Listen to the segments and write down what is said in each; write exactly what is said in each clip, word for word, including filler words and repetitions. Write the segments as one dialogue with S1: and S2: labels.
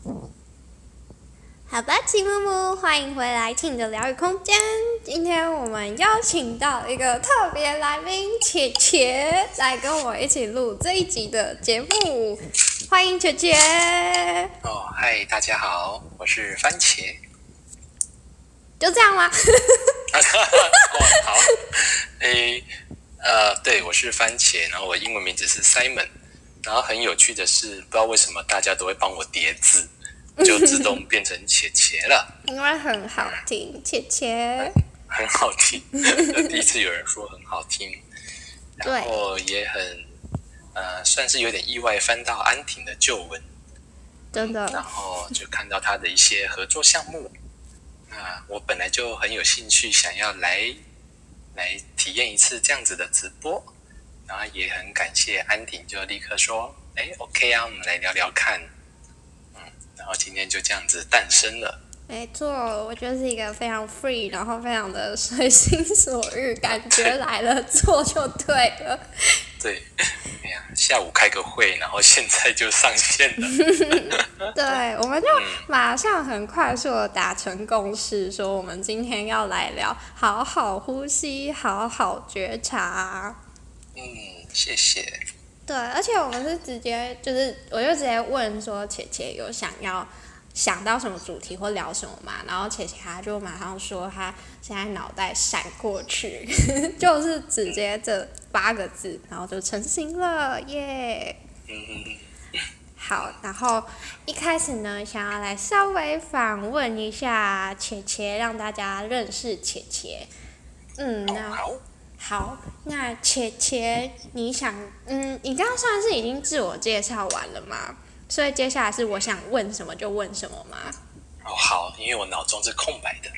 S1: 好吧，齐木木，欢迎回来听的疗愈空间。今天我们邀请到一个特别来宾茄茄来跟我一起录这一集的节目，欢迎茄茄。
S2: 哦，嗨，大家好，我是番茄。
S1: 就这样吗？
S2: 哦，好，诶，呃，对，我是番茄，然后我英文名字是 Simon， 然后很有趣的是，不知道为什么大家都会帮我叠字。就自动变成茄茄了，
S1: 因为很好听，茄茄
S2: 很好听。第一次有人说很好听，然后也很呃，算是有点意外翻到安婷的旧文，
S1: 真的，
S2: 然后就看到他的一些合作项目。那我本来就很有兴趣，想要来来体验一次这样子的直播，然后也很感谢安婷，就立刻说，哎 ，OK 啊，我们来聊聊看。然后今天就这样子诞生了。
S1: 没错，我就是一个非常 free， 然后非常的随心所欲，感觉来了做就对了。
S2: 对，哎呀，下午开个会，然后现在就上线了。
S1: 对，我们就马上很快速的达成共识，说我们今天要来聊好好呼吸，好好觉察。
S2: 嗯，谢谢。
S1: 对，而且我们是直接就是，我就直接问说，茄茄有想要想到什么主题或聊什么嘛？然后茄茄他就马上说，他现在脑袋闪过去，就是直接这八个字，然后就成型了，耶、
S2: 嗯。
S1: 好，然后一开始呢，想要来稍微访问一下茄茄，让大家认识茄茄。嗯，那
S2: 好。
S1: 好，那茄茄，你想，嗯，你刚刚算是已经自我介绍完了吗？所以接下来是我想问什么就问什么吗？
S2: 哦，好，因为我脑中是空白的。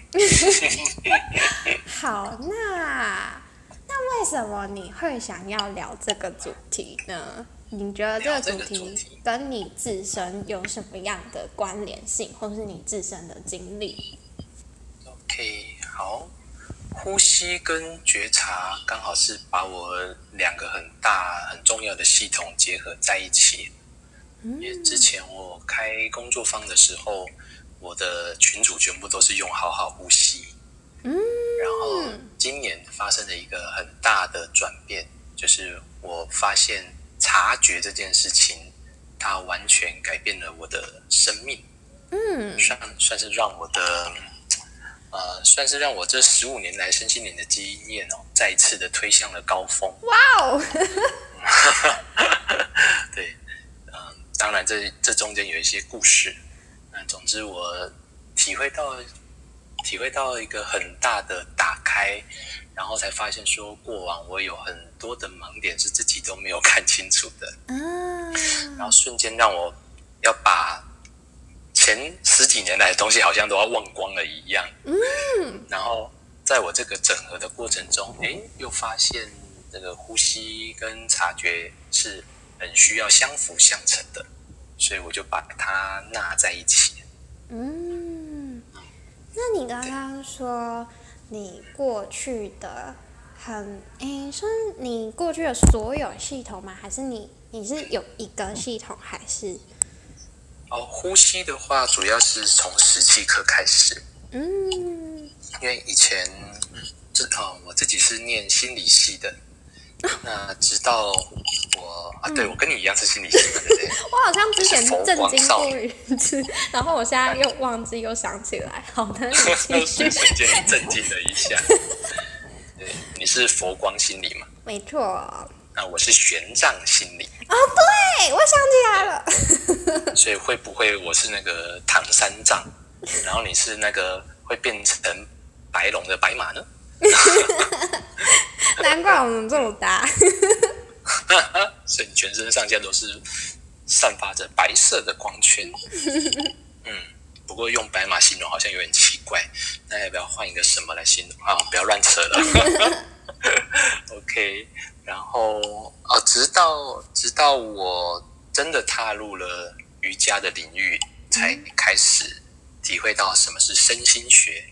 S1: 好，那那为什么你会想要聊这个主题呢？你觉得这个主题跟你自身有什么样的关联性，或是你自身的经历
S2: ？OK， 好。呼吸跟觉察刚好是把我两个很大很重要的系统结合在一起。因为之前我开工作坊的时候，我的群组全部都是用好好呼吸。
S1: 嗯，
S2: 然后今年发生了一个很大的转变，就是我发现察觉这件事情，它完全改变了我的生命。
S1: 嗯，
S2: 算算是让我的。呃，算是让我这十五年来身心灵的经验哦，再一次的推向了高峰。
S1: 哇哦！
S2: 对，嗯、呃，当然这这中间有一些故事。那总之我体会到体会到一个很大的打开，然后才发现说，过往我有很多的盲点是自己都没有看清楚的。
S1: 啊，
S2: 然后瞬间让我要把前十几年来的东西好像都要忘光了一样，
S1: 嗯，
S2: 然后在我这个整合的过程中，哎，又发现这个呼吸跟察觉是很需要相辅相成的，所以我就把它纳在一起。
S1: 嗯，那你刚刚说你过去的很，诶，说你过去的所有系统吗？还是你你是有一个系统，还是？
S2: 哦，呼吸的话，主要是从十七课开始。
S1: 嗯，
S2: 因为以前这哦，我自己是念心理系的，那直到我啊，对我跟你一样是心理系的，对不对？
S1: 我好像之前震惊过一次，然后我现在又忘记又想起来。好的，你继续。
S2: 瞬间你震惊了一下。对，你是佛光心理嘛？
S1: 没错。
S2: 那我是玄奘心理。
S1: 哦，对，我想起来了。
S2: 所以会不会我是那个唐三藏，然后你是那个会变成白龙的白马呢？
S1: 难怪我们这么搭。
S2: 所以你全身上下都是散发着白色的光圈。嗯，不过用白马形容好像有点奇怪，那要不要换一个什么来形容啊？不要乱扯了。OK， 然后哦，直到直到我真的踏入了瑜伽的领域，才开始体会到什么是身心学。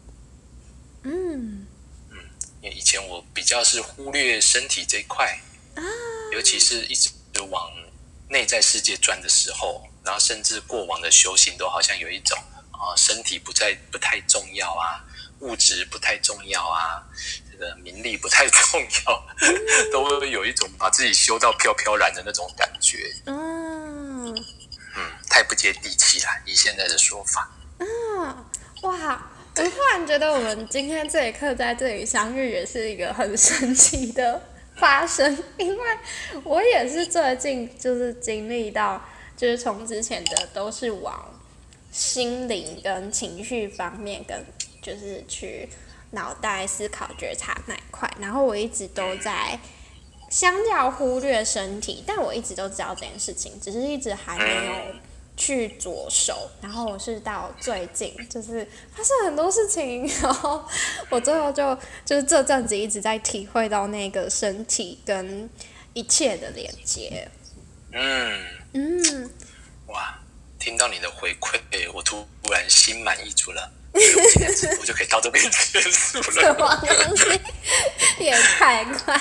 S1: 嗯
S2: 嗯，因为以前我比较是忽略身体这一块，
S1: 啊，
S2: 尤其是一直往内在世界转的时候， 然后甚至过往的修行都好像有一种啊、呃，身体不再不太重要啊，物质不太重要啊，这个名利不太重要，都会有一种把自己修到飘飘然的那种感觉。
S1: 嗯
S2: 嗯，太不接地气了，以现在的说法。
S1: 嗯，哇！我突然觉得我们今天这一刻在这里相遇，也是一个很神奇的发生，因为我也是最近就是经历到，就是从之前的都是往心灵跟情绪方面，跟就是去脑袋思考觉察那一块，然后我一直都在相较忽略身体，但我一直都知道这件事情，只是一直还没有去着手。然后我是到最近，就是发生很多事情，然后我最后就就是这阵子一直在体会到那个身体跟一切的连接。
S2: 嗯嗯，哇！听到你的回馈，我突然心满意足了。我今天直播就可以到这边结束了。
S1: 什么东西也太快。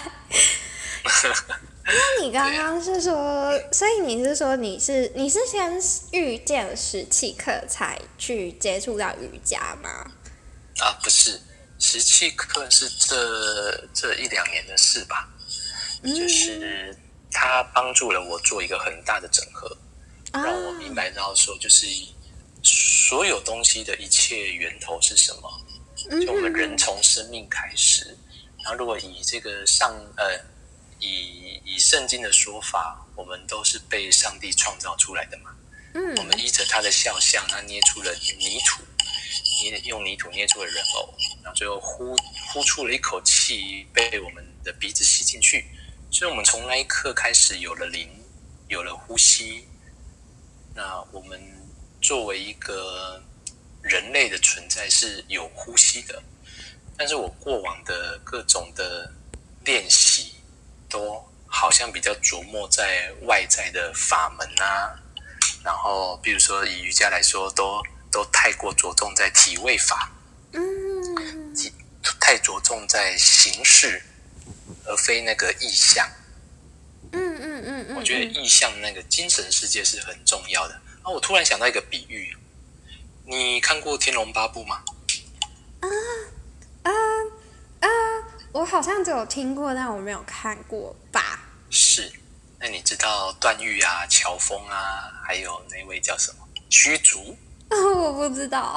S1: 那你刚刚是说，所以你是说你是你是先遇见石器课才去接触到瑜伽吗？
S2: 啊，不是，石器课是这这一两年的事吧。嗯、就是他帮助了我做一个很大的整合，让我明白到说，就是所有东西的一切源头是什么。就我们人从生命开始，然后如果以这个上呃以以圣经的说法，我们都是被上帝创造出来的嘛。嗯，我们依着他的肖像，他捏出了泥土，捏用泥土捏出了人偶，然后最后呼呼出了一口气，被我们的鼻子吸进去。所以我们从那一刻开始有了灵，有了呼吸。那我们作为一个人类的存在是有呼吸的，但是我过往的各种的练习都好像比较琢磨在外在的法门啊，然后比如说以瑜伽来说，都都太过着重在体位法，嗯，太着重在形式，而非那个意象。嗯嗯嗯嗯，我觉得意象那个精神世界是很重要的。啊，我突然想到一个比喻，你看过《天龙八部》吗？
S1: 啊啊啊！我好像只有听过，但我没有看过吧。
S2: 是，那你知道段誉啊、乔峰啊，还有那位叫什么虚竹？
S1: 我不知道。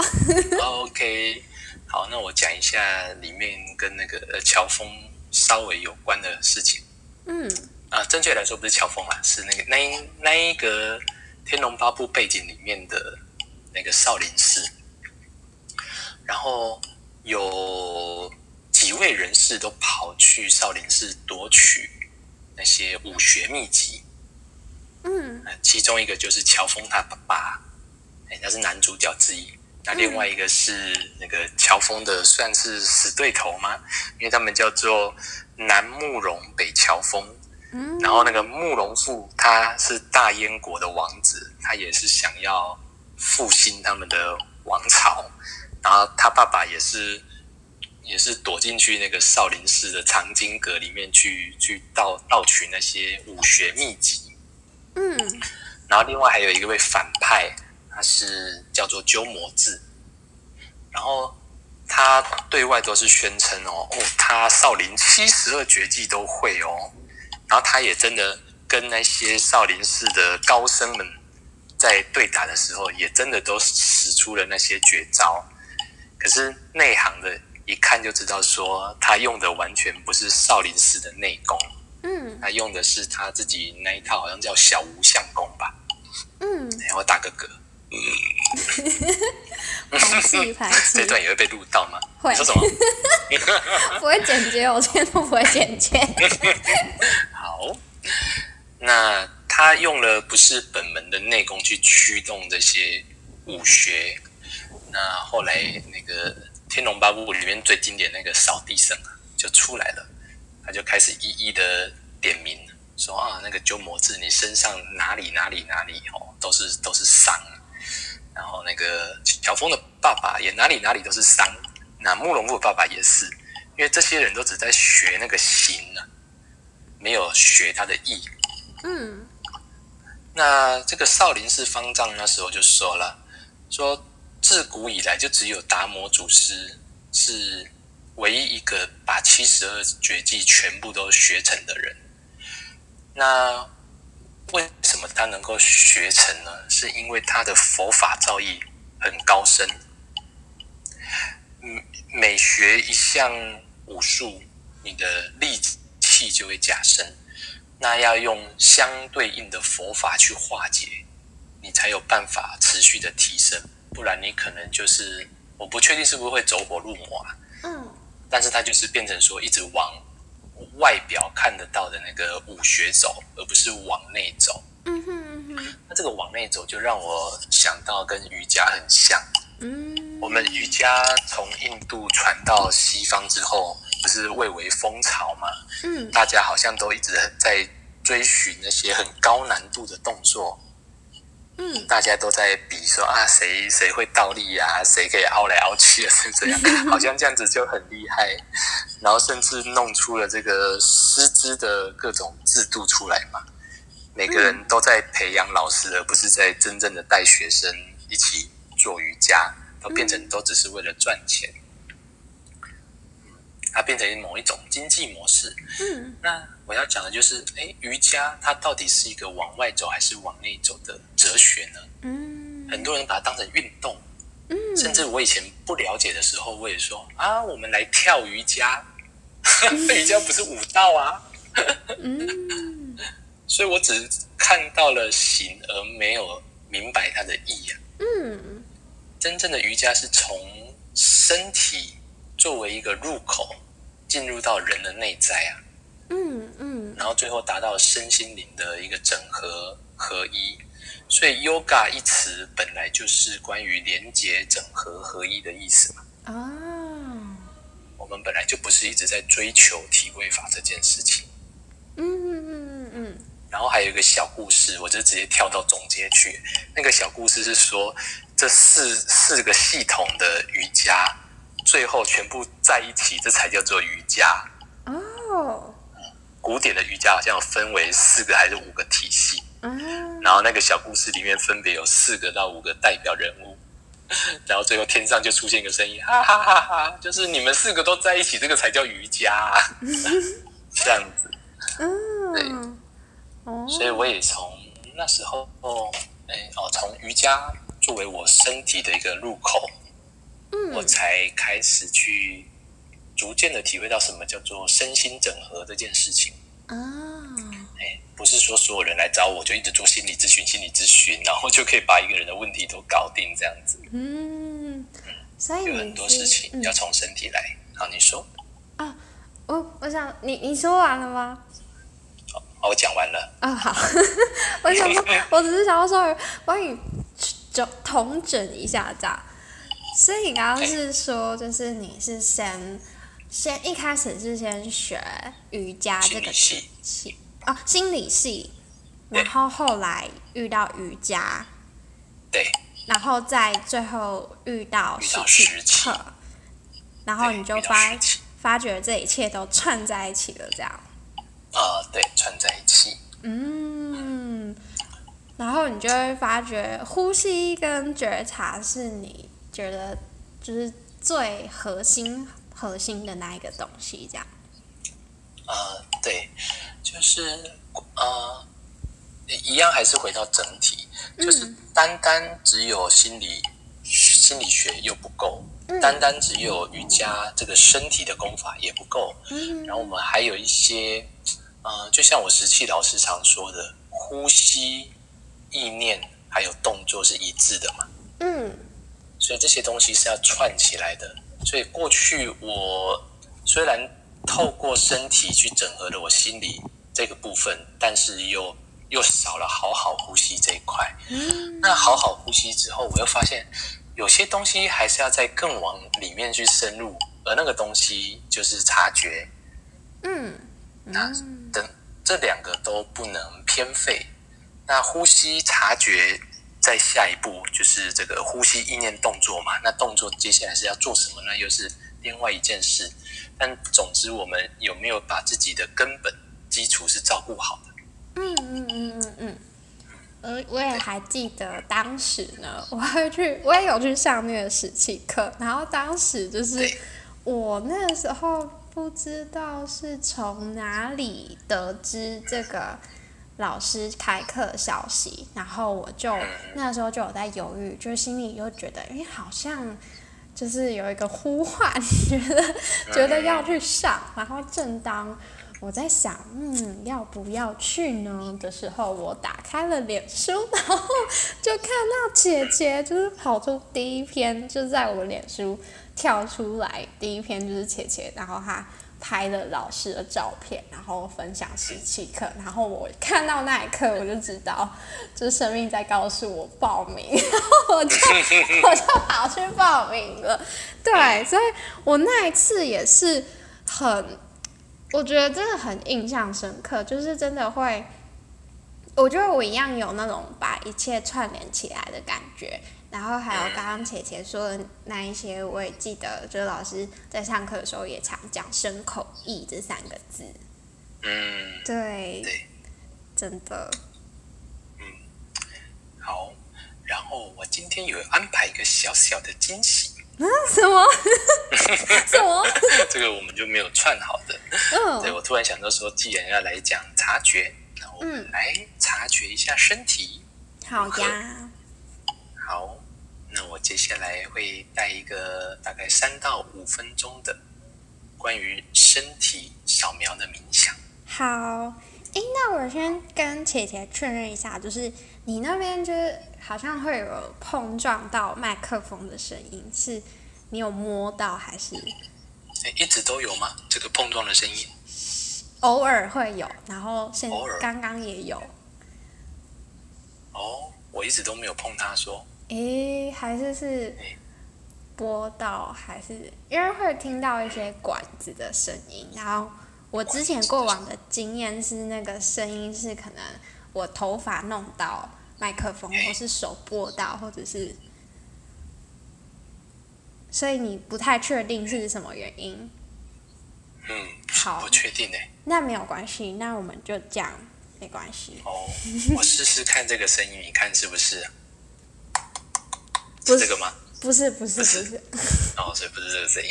S2: OK， 好，那我讲一下里面跟那个呃乔峰稍微有关的事情。嗯。啊，正确来说不是乔峰啦，是那个那一那一个《天龙八部》背景里面的那个少林寺，然后有几位人士都跑去少林寺夺取那些武学秘籍。嗯，其中一个就是乔峰他爸爸，哎，他是男主角之一。那另外一个是那个乔峰的算是死对头吗？因为他们叫做南慕容北乔峰。然后那个慕容复他是大燕国的王子，他也是想要复兴他们的王朝，然后他爸爸也是也是躲进去那个少林寺的藏经阁里面去去盗盗取那些武学秘籍。嗯，然后另外还有一位反派，他是叫做鸠摩智，然后他对外都是宣称哦哦，他少林七十二绝技都会哦。然后他也真的跟那些少林寺的高僧们在对打的时候，也真的都使出了那些绝招。可是内行的一看就知道说，他用的完全不是少林寺的内功，嗯，他用的是他自己那一套，好像叫小无相功吧。嗯，我打个嗝。
S1: 空气排气，
S2: 这段也会被录到吗？
S1: 会。
S2: 你说什么？
S1: 不会剪接，我今天都不会剪接。
S2: 好，那他用了不是本门的内功去驱动这些武学。那后来那个《天龙八部》里面最经典那个扫地僧就出来了，他就开始一一的点名，说啊，那个鸠摩智，你身上哪里哪里哪里哦，都是都是伤。然后那个乔峰的爸爸也哪里哪里都是伤，那慕容复的爸爸也是，因为这些人都只在学那个形啊，没有学他的意。嗯， 那这个少林寺方丈那时候就说了，说自古以来就只有达摩祖师是唯一一个把七十二绝技全部都学成的人。那为什么他能够学成呢？是因为他的佛法造诣很高深。每学一项武术，你的力气就会加深，那要用相对应的佛法去化解，你才有办法持续的提升，不然你可能就是，我不确定是不是会走火入魔啊，嗯，但是它就是变成说一直往外表看得到的那个武学走，而不是往内走。嗯哼嗯哼，那这个往内走就让我想到跟瑜伽很像。嗯，我们瑜伽从印度传到西方之后，不是蔚为风潮吗？嗯，大家好像都一直在追寻那些很高难度的动作。嗯，大家都在比说啊，谁谁会倒立啊，谁可以凹来凹去啊，是这样，好像这样子就很厉害。然后甚至弄出了这个师资的各种制度出来嘛，每个人都在培养老师，而不是在真正的带学生一起做瑜伽，都变成都只是为了赚钱。它变成某一种经济模式。嗯，那我要讲的就是，哎，瑜伽它到底是一个往外走还是往内走的哲学呢？嗯，很多人把它当成运动。嗯，甚至我以前不了解的时候，我也说啊，我们来跳瑜伽，瑜伽不是舞蹈啊。嗯，所以我只看到了形，而没有明白它的意啊。嗯，真正的瑜伽是从身体作为一个入口，进入到人的内在啊。嗯嗯，然后最后达到身心灵的一个整合合一。所以 yoga 一词本来就是关于连结、整合、合一的意思嘛。哦，我们本来就不是一直在追求体位法这件事情。嗯嗯嗯嗯。然后还有一个小故事，我就直接跳到总结去。那个小故事是说，这四四个系统的瑜伽，最后全部在一起，这才叫做瑜伽。哦。古典的瑜伽好像有分为四个还是五个体系。然后那个小故事里面分别有四个到五个代表人物，然后最后天上就出现一个声音，哈哈哈哈，就是你们四个都在一起，这个才叫瑜伽啊。这样子。对。所以我也从那时候，哎哦，从瑜伽作为我身体的一个入口，我才开始去逐渐的体会到什么叫做身心整合这件事情。哎，不是说所有人来找我就一直做心理咨询，心理咨询，然后就可以把一个人的问题都搞定这样子。嗯，所以有很多事情要从身体来。嗯、好，你说。
S1: 啊，我我想你你说完了吗？
S2: 哦，我讲完了。
S1: 啊、哦，好。我想说，我只是想要稍微帮你统整一下这样。所以你刚刚是说，就是你是先先一开始是先学瑜伽这个体系。哦，心理系，然后后来遇到瑜伽，
S2: 对，
S1: 然后再最后遇到实体课，然后你就发发觉这一切都串在一起了，这样。
S2: 啊、呃，对，串在一起。
S1: 嗯，然后你就会发觉呼吸跟觉察是你觉得就是最核心核心的那一个东西，这样。
S2: 呃，对，就是呃，一样还是回到整体，就是单单只有心理心理学又不够，嗯、单单只有瑜伽这个身体的功法也不够，嗯、然后我们还有一些呃，就像我石器老师常说的，呼吸、意念还有动作是一致的嘛，嗯，所以这些东西是要串起来的。所以过去我虽然透过身体去整合了我心理这个部分，但是又又少了好好呼吸这一块。嗯，那好好呼吸之后，我又发现有些东西还是要再更往里面去深入，而那个东西就是察觉。嗯，那等这两个都不能偏废。那呼吸察觉，再下一步就是这个呼吸意念动作嘛。那动作接下来是要做什么呢？又是另外一件事。但总之，我们有没有把自己的根本基础是照顾好的？嗯嗯嗯嗯嗯。
S1: 呃，我也还记得当时呢，我会去，我也有去上那个史气课，然后当时就是我那个时候不知道是从哪里得知这个老师开课的消息，然后我就那时候就有在犹豫，就是心里就觉得，哎，好像就是有一个呼唤，觉得觉得要去上，然后正当我在想，嗯，要不要去呢的时候，我打开了脸书，然后就看到姐姐就是跑出第一篇，就在我脸书跳出来，第一篇就是姐姐，然后她拍了老师的照片，然后分享十七课，然后我看到那一刻，我就知道，就是生命在告诉我报名，然后我就我就跑去报名了。对，所以我那一次也是很。我觉得真的很印象深刻，就是真的会，我觉得我一样有那种把一切串联起来的感觉。然后还有刚刚姐姐说的那一些，我也记得，就是老师在上课的时候也常讲身口意这三个字。
S2: 嗯，
S1: 对，
S2: 对，
S1: 真的。
S2: 嗯，好。然后我今天有安排一个小小的惊喜。
S1: 啊？什么？什么？
S2: 这个我们就没有串好的。嗯。对，我突然想到说，既然要来讲察觉，那我们来察觉一下身体。
S1: 好呀。
S2: 好，那我接下来会带一个大概三到五分钟的关于身体扫描的冥想。
S1: 好，诶，那我先跟姐姐确认一下，就是你那边就是好像会有碰撞到麦克风的声音，是你有摸到还是？
S2: 一直都有吗？这个碰撞的声音？
S1: 偶尔会有，然后现
S2: 偶尔
S1: 刚刚也有。
S2: 哦，我一直都没有碰它说。
S1: 诶，还是是播到，还是因为会听到一些管子的声音，然后我之前过往的经验是那个声音是可能我头发弄到麦克风，或是手拨到，或者是，所以你不太确定是什么原因。
S2: 嗯，
S1: 好，
S2: 不确定诶。
S1: 那没有关系，那我们就这样，没关系。
S2: 哦，我试试看这个声音，你看是不是？是这个吗？
S1: 不是，不是，不是。
S2: 哦，所以不是这个声音。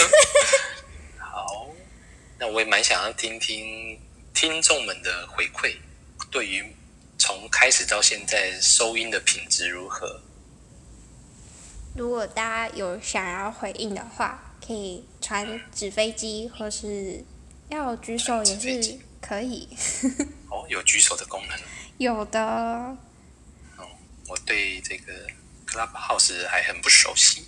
S2: 好，那我也蛮想要听听听众们的回馈，对于从开始到现在收音的品质如何？
S1: 如果大家有想要回应的话，可以传纸飞机，或是要举手也是可以。
S2: 哦，有举手的功能。
S1: 有的。
S2: 哦，我对这个 Clubhouse 还很不熟悉。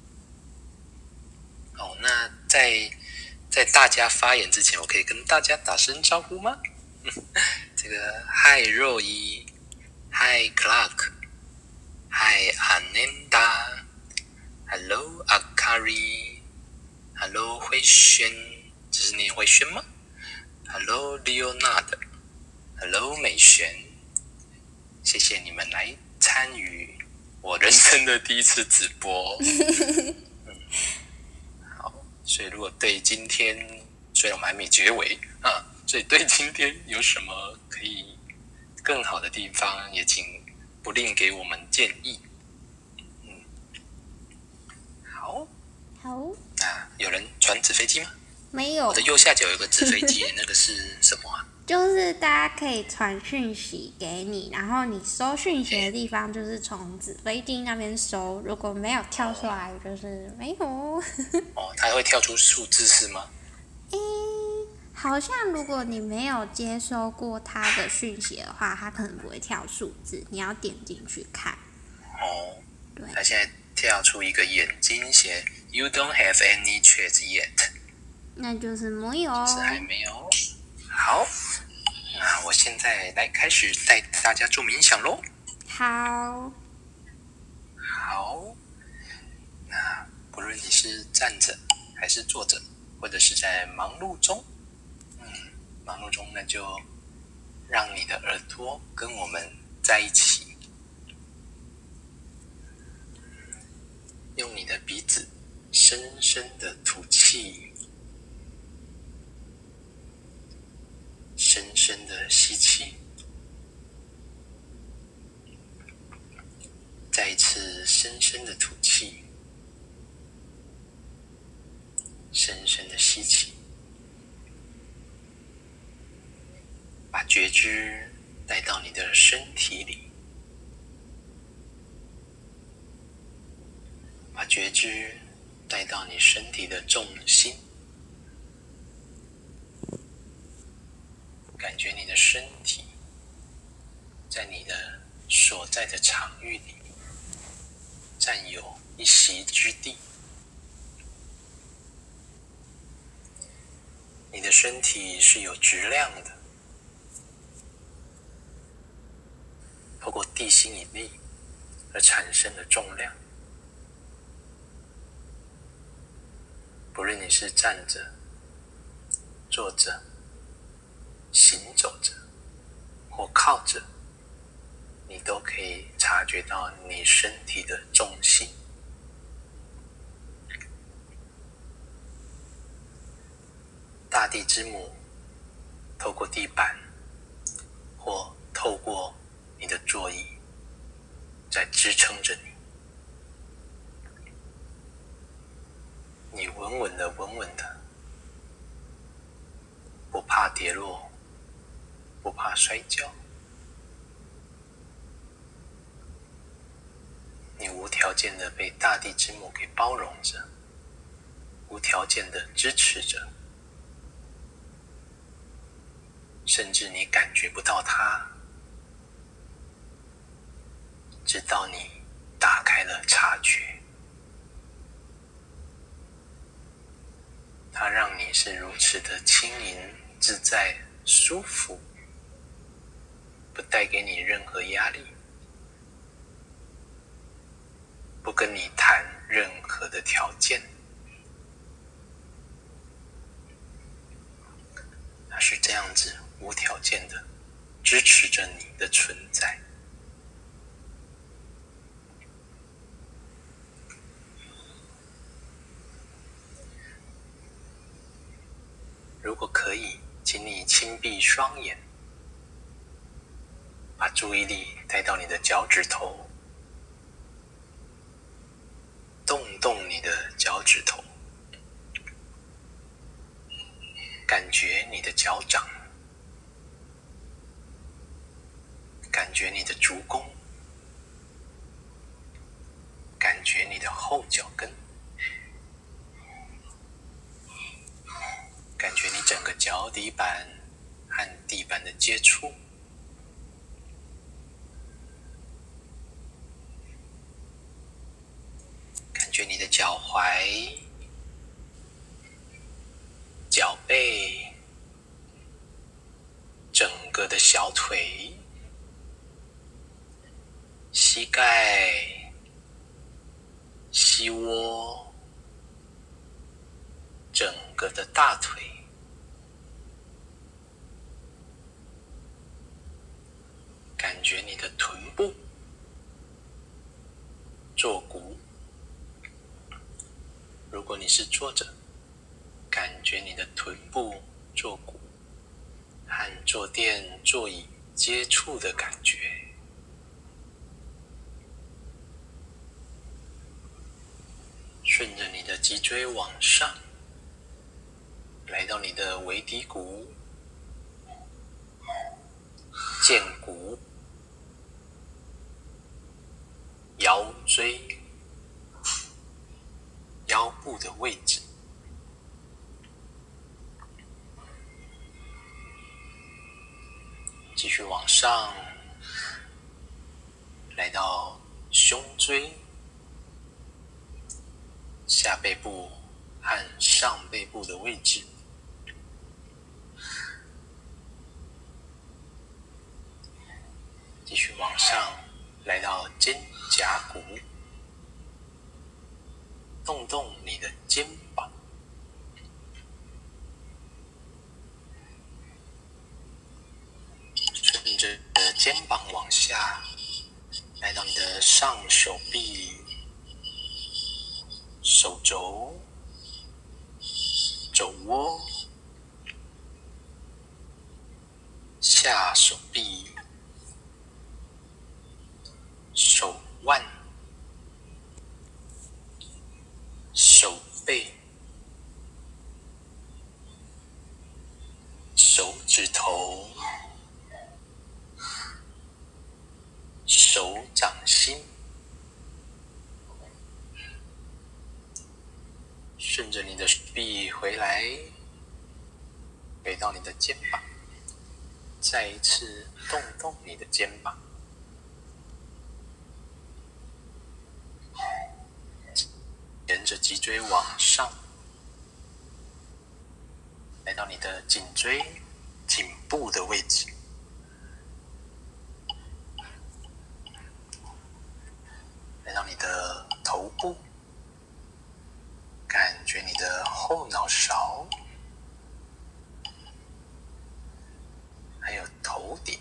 S2: 哦，那在在大家发言之前，我可以跟大家打声招呼吗？这个 Hi 若依 ，Hi Clark，Hi Ananda，Hello Akari，Hello 慧轩，这是念慧轩吗 ？Hello Leonard，Hello 美璇，谢谢你们来参与我人生的第一次直播。嗯，好，所以如果对今天，虽然我们还没结尾啊，所以对今天有什么可以更好的地方，也请不吝给我们建议。嗯，好，
S1: 好。
S2: 那有人传纸飞机吗？
S1: 没有。
S2: 我的右下角有个纸飞机，那个是什么啊？
S1: 就是大家可以传讯息给你，然后你收讯息的地方就是从纸飞机那边收，如果没有跳出来，就是没有。
S2: 哦，它会跳出数字是吗？
S1: 诶，好像如果你没有接收过他的讯息的话，他可能不会跳数字，你要点进去看。
S2: 哦，
S1: 对。
S2: 他现在跳出一个眼睛写 "You don't have any chats yet"，
S1: 那就是没有。
S2: 就是还没有。好，那我现在来开始带大家做冥想咯。
S1: 好。
S2: 好，那不论你是站着还是坐着，或者是在忙碌中，嗯，忙碌中那就让你的耳朵跟我们在一起，用你的鼻子深深的吐气，深深的吸气， 一次深深的吐气，深深的吸气，把觉知带到你的身体里，把觉知带到你身体的重心，感觉你的身体在你的所在的场域里占有一席之地。你的身体是有质量的，透过地心引力而产生的重量。不论你是站着、坐着、行走着或靠着，你都可以察觉到你身体的重心。大地之母透过地板或透过你的座椅在支撑着你，你稳稳的稳稳的，不怕跌落，不怕摔跤，你无条件的被大地之母给包容着，无条件的支持着，甚至你感觉不到它，直到你打开了察觉。它让你是如此的轻盈、自在、舒服，不带给你任何压力，不跟你谈任何的条件。它是这样子无条件的支持着你的存在。如果可以，请你轻闭双眼，把注意力带到你的脚趾头，动动你的脚趾头，感觉你的脚掌，感觉你的足弓，感觉你的后脚跟，感觉你整个脚底板和地板的接触，感觉你的脚踝、脚背，整个的小腿、膝盖、膝窝，整个的大腿，感觉你的臀部、坐骨。如果你是坐着，感觉你的臀部、坐骨和坐垫、座椅接触的感觉。顺着你的脊椎往上，来到你的尾骶骨、剑骨、腰椎、腰部的位置，继续往上，来到胸椎、下背部和上背部的位置，继续往上，来到肩胛骨，动动你的肩膀，顺着肩膀往下，来到你的上手臂、手肘、肘窝、下手臂、手腕、 背、手指头、手掌心，顺着你的手臂回来，回到你的肩膀，再一次动动你的肩膀，沿着脊椎往上，来到你的颈椎、颈部的位置，来到你的头部，感觉你的后脑勺，还有头顶，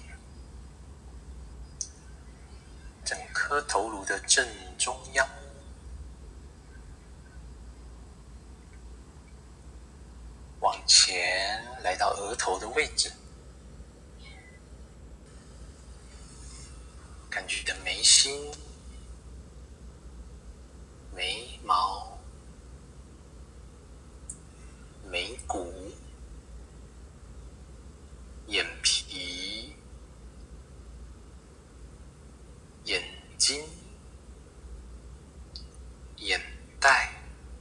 S2: 整颗头颅的正中央，往前来到额头的位置，感觉你的眉心、眉毛、眉骨、眼皮、眼睛、眼袋，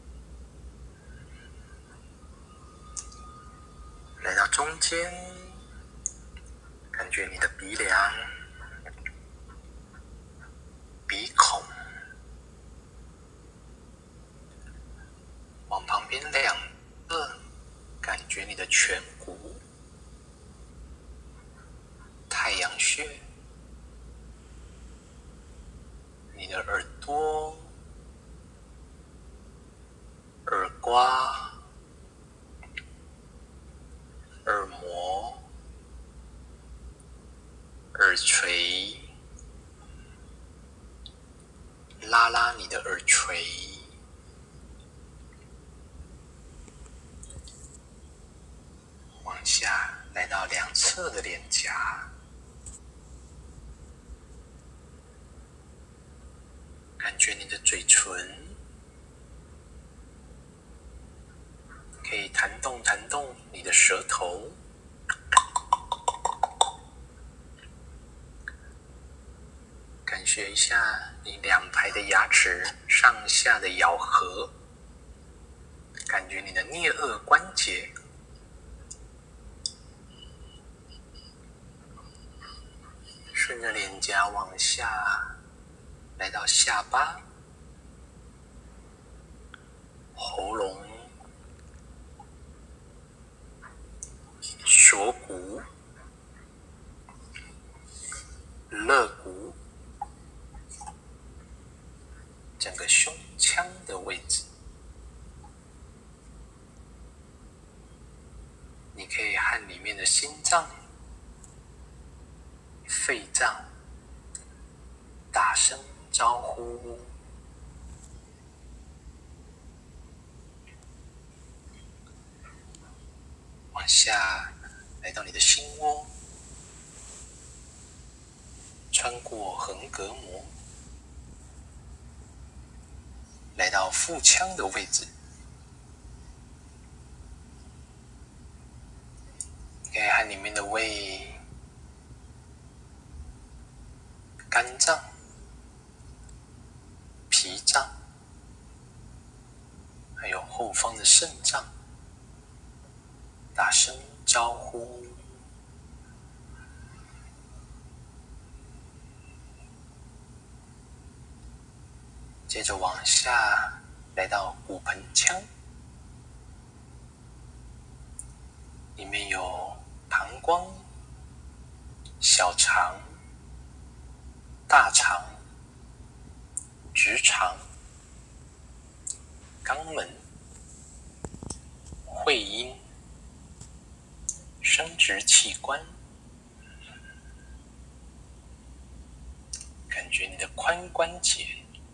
S2: 来到中间，感觉你的鼻梁、鼻孔，往旁边两侧，感觉你的颧骨、太阳穴，你的耳朵、耳刮、耳膜、耳垂，拉拉你的耳垂，往下来到两侧的脸颊，感觉你的嘴唇可以弹动弹动你的舌头，感觉一下你两排的牙齿上下的咬合，感觉你的颞颌关节，顺着脸颊往下来到下巴、喉咙、锁骨、肋骨，整个胸腔的位置，你可以和里面的心脏、肺脏打声招呼。往下来到你的心窝，穿过横膈膜，来到腹腔的位置，可以和里面的胃、肝脏、脾脏，还有后方的肾脏打声招呼。接着往下来到骨盆腔，里面有膀胱、小肠、大肠、直肠、肛门、会阴、生殖器官，感觉你的髋关节，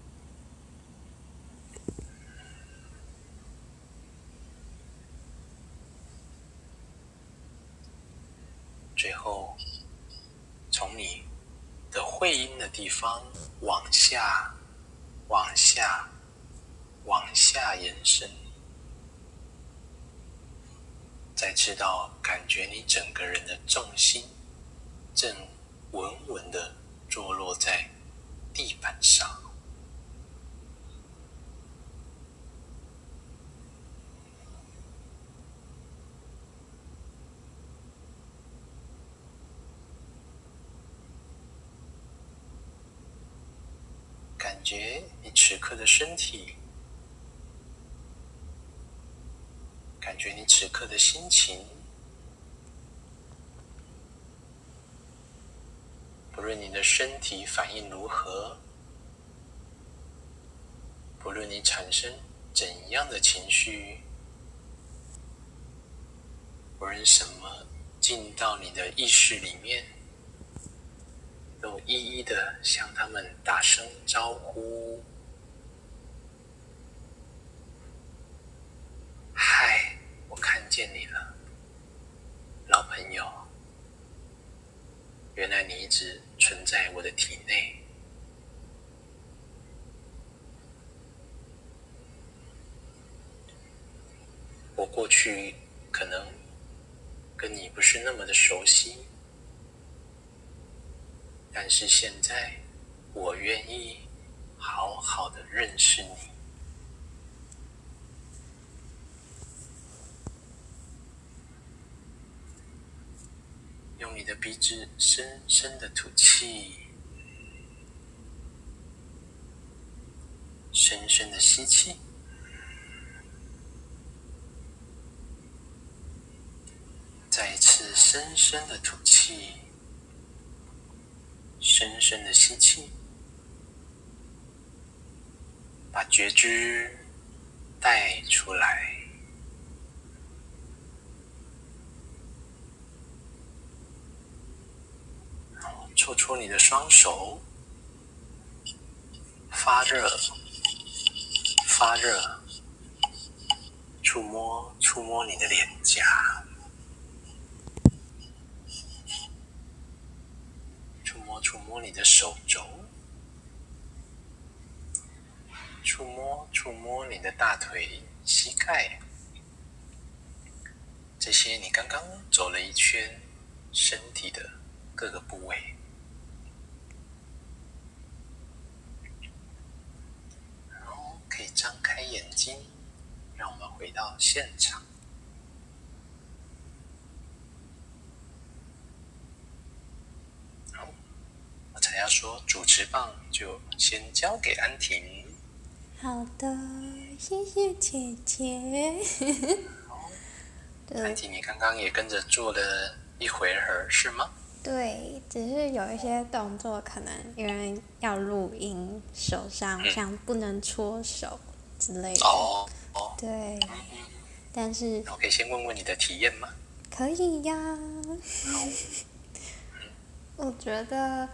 S2: 最后从你的会阴的地方往下、往下、往下延伸， 再知道感觉你整个人的重心正稳稳的坐落在地板上。感觉你此刻的身体，感觉你此刻的心情，不论你的身体反应如何，不论你产生怎样的情绪，不论什么进到你的意识里面，都一一的向他们打声招呼。嗨，我看见你了，老朋友。原来你一直存在我的体内。我过去可能跟你不是那么的熟悉，但是现在我愿意好好的认识你。用你的鼻子深深的吐气，深深的吸气，再一次深深的吐气，深深的吸气，把觉知带出来。搓搓你的双手，发热，发热，触摸触摸你的脸颊，触摸触摸你的手肘，触摸触摸你的大腿、膝盖，这些你刚刚走了一圈身体的各个部位。可以张开眼睛，让我们回到现场。好，我才要说主持棒就先交给安婷。
S1: 好的，谢谢姐姐。
S2: 好，安婷，你刚刚也跟着做了一会儿，是吗？
S1: 对，只是有一些动作可能因为要录音，手上像不能搓手之类的。
S2: 哦哦。
S1: 对，但是
S2: 我可以先问问你的体验吗？
S1: 可以呀。
S2: 好。
S1: 我觉得，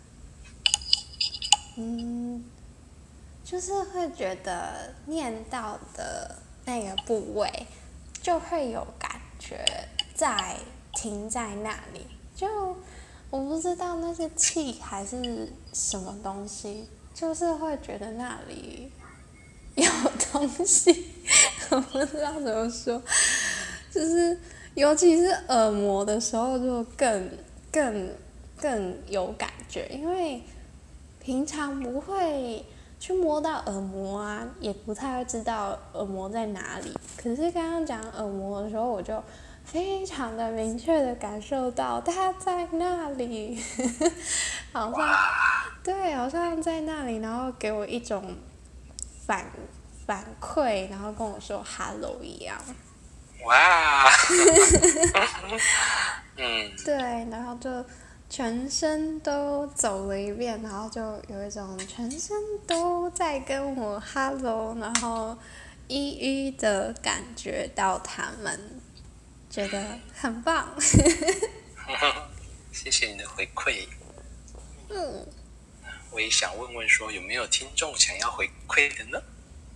S1: 嗯，就是会觉得念到的那个部位，就会有感觉在停在那里。就我不知道那是气还是什么东西，就是会觉得那里有东西，我不知道怎么说，就是尤其是耳膜的时候就更更更有感觉，因为平常不会去摸到耳膜啊，也不太会知道耳膜在哪里。可是刚刚讲耳膜的时候，我就非常的明确的感受到它在那里，好像对，好像在那里，然后给我一种反反馈，然后跟我说 “hello” 一样。
S2: 哇！嗯。
S1: 对，然后就全身都走了一遍，然后就有一种全身都在跟我 “hello”，然后一一的感觉到他们。觉得很棒。
S2: 谢谢你的回馈。
S1: 嗯，
S2: 我也想问问说，有没有听众想要回馈的呢？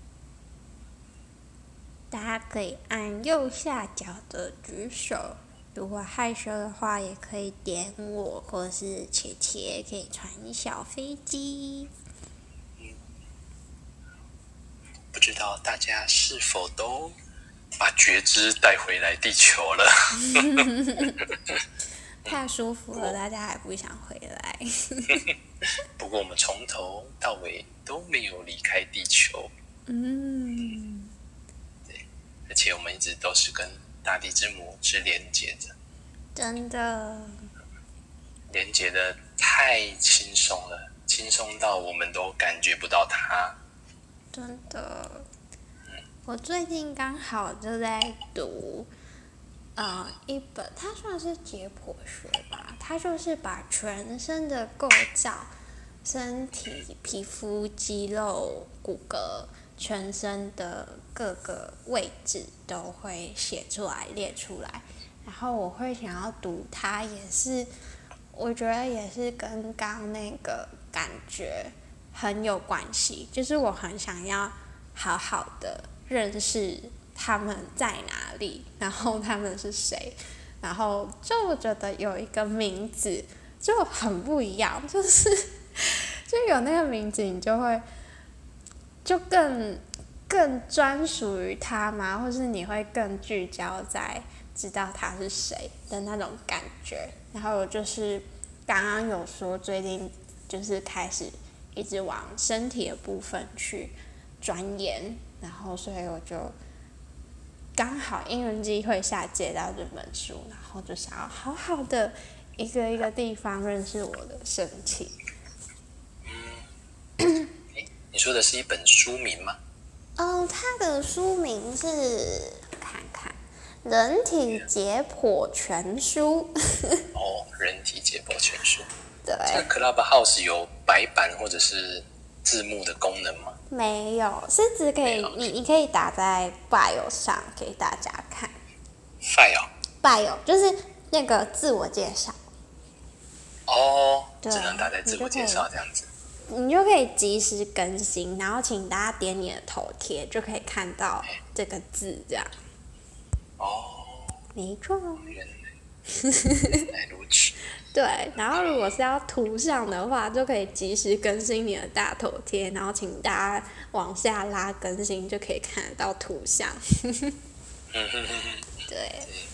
S1: 大家可以按右下角的举手，如果害羞的话，也可以点我，或是茄茄可以传小飞机。
S2: 嗯，不知道大家是否都把觉知带回来地球了。
S1: 太舒服了，大家还不想回来。
S2: 不过我们从头到尾都没有离开地球。
S1: 嗯，
S2: 对，而且我们一直都是跟大地之母是连接的。
S1: 真的。
S2: 连接的太轻松了，轻松到我们都感觉不到它。
S1: 真的。我最近刚好就在读，呃，一本它算是解剖学吧，它就是把全身的构造、身体、皮肤、肌肉、骨骼、全身的各个位置都会写出来、列出来。然后我会想要读它，也是我觉得也是跟刚刚那个感觉很有关系，就是我很想要好好的认识他们在哪里，然后他们是谁，然后就我觉得有一个名字就很不一样，就是就有那个名字，你就会就更更专属于他嘛，或是你会更聚焦在知道他是谁的那种感觉。然后我就是刚刚有说最近就是开始一直往身体的部分去钻研，然后所以我就刚好因缘机会下接到这本书，然后就想要好好的一个一个地方认识我的身体。
S2: 嗯，你说的是一本书名吗？
S1: 嗯，它的书名是看看《人体解剖全书》。
S2: 哦，人体解剖全书。
S1: 对。
S2: 这个 Clubhouse 有白板或者是字幕的功能吗？
S1: 没有，是只可以你你可以打在 bio 上给大家看。
S2: file。bio
S1: 就是那个自我介绍。
S2: 哦，只能打在自我介绍这样子。
S1: 你就可以及时更新，然后请大家点你的头贴，就可以看到这个字这样。
S2: 哦，
S1: 没错。
S2: 原来原来如此。
S1: 对，然后如果是要图像的话，就可以及时更新你的大头贴，然后请大家往下拉更新，就可以看得到图像。对。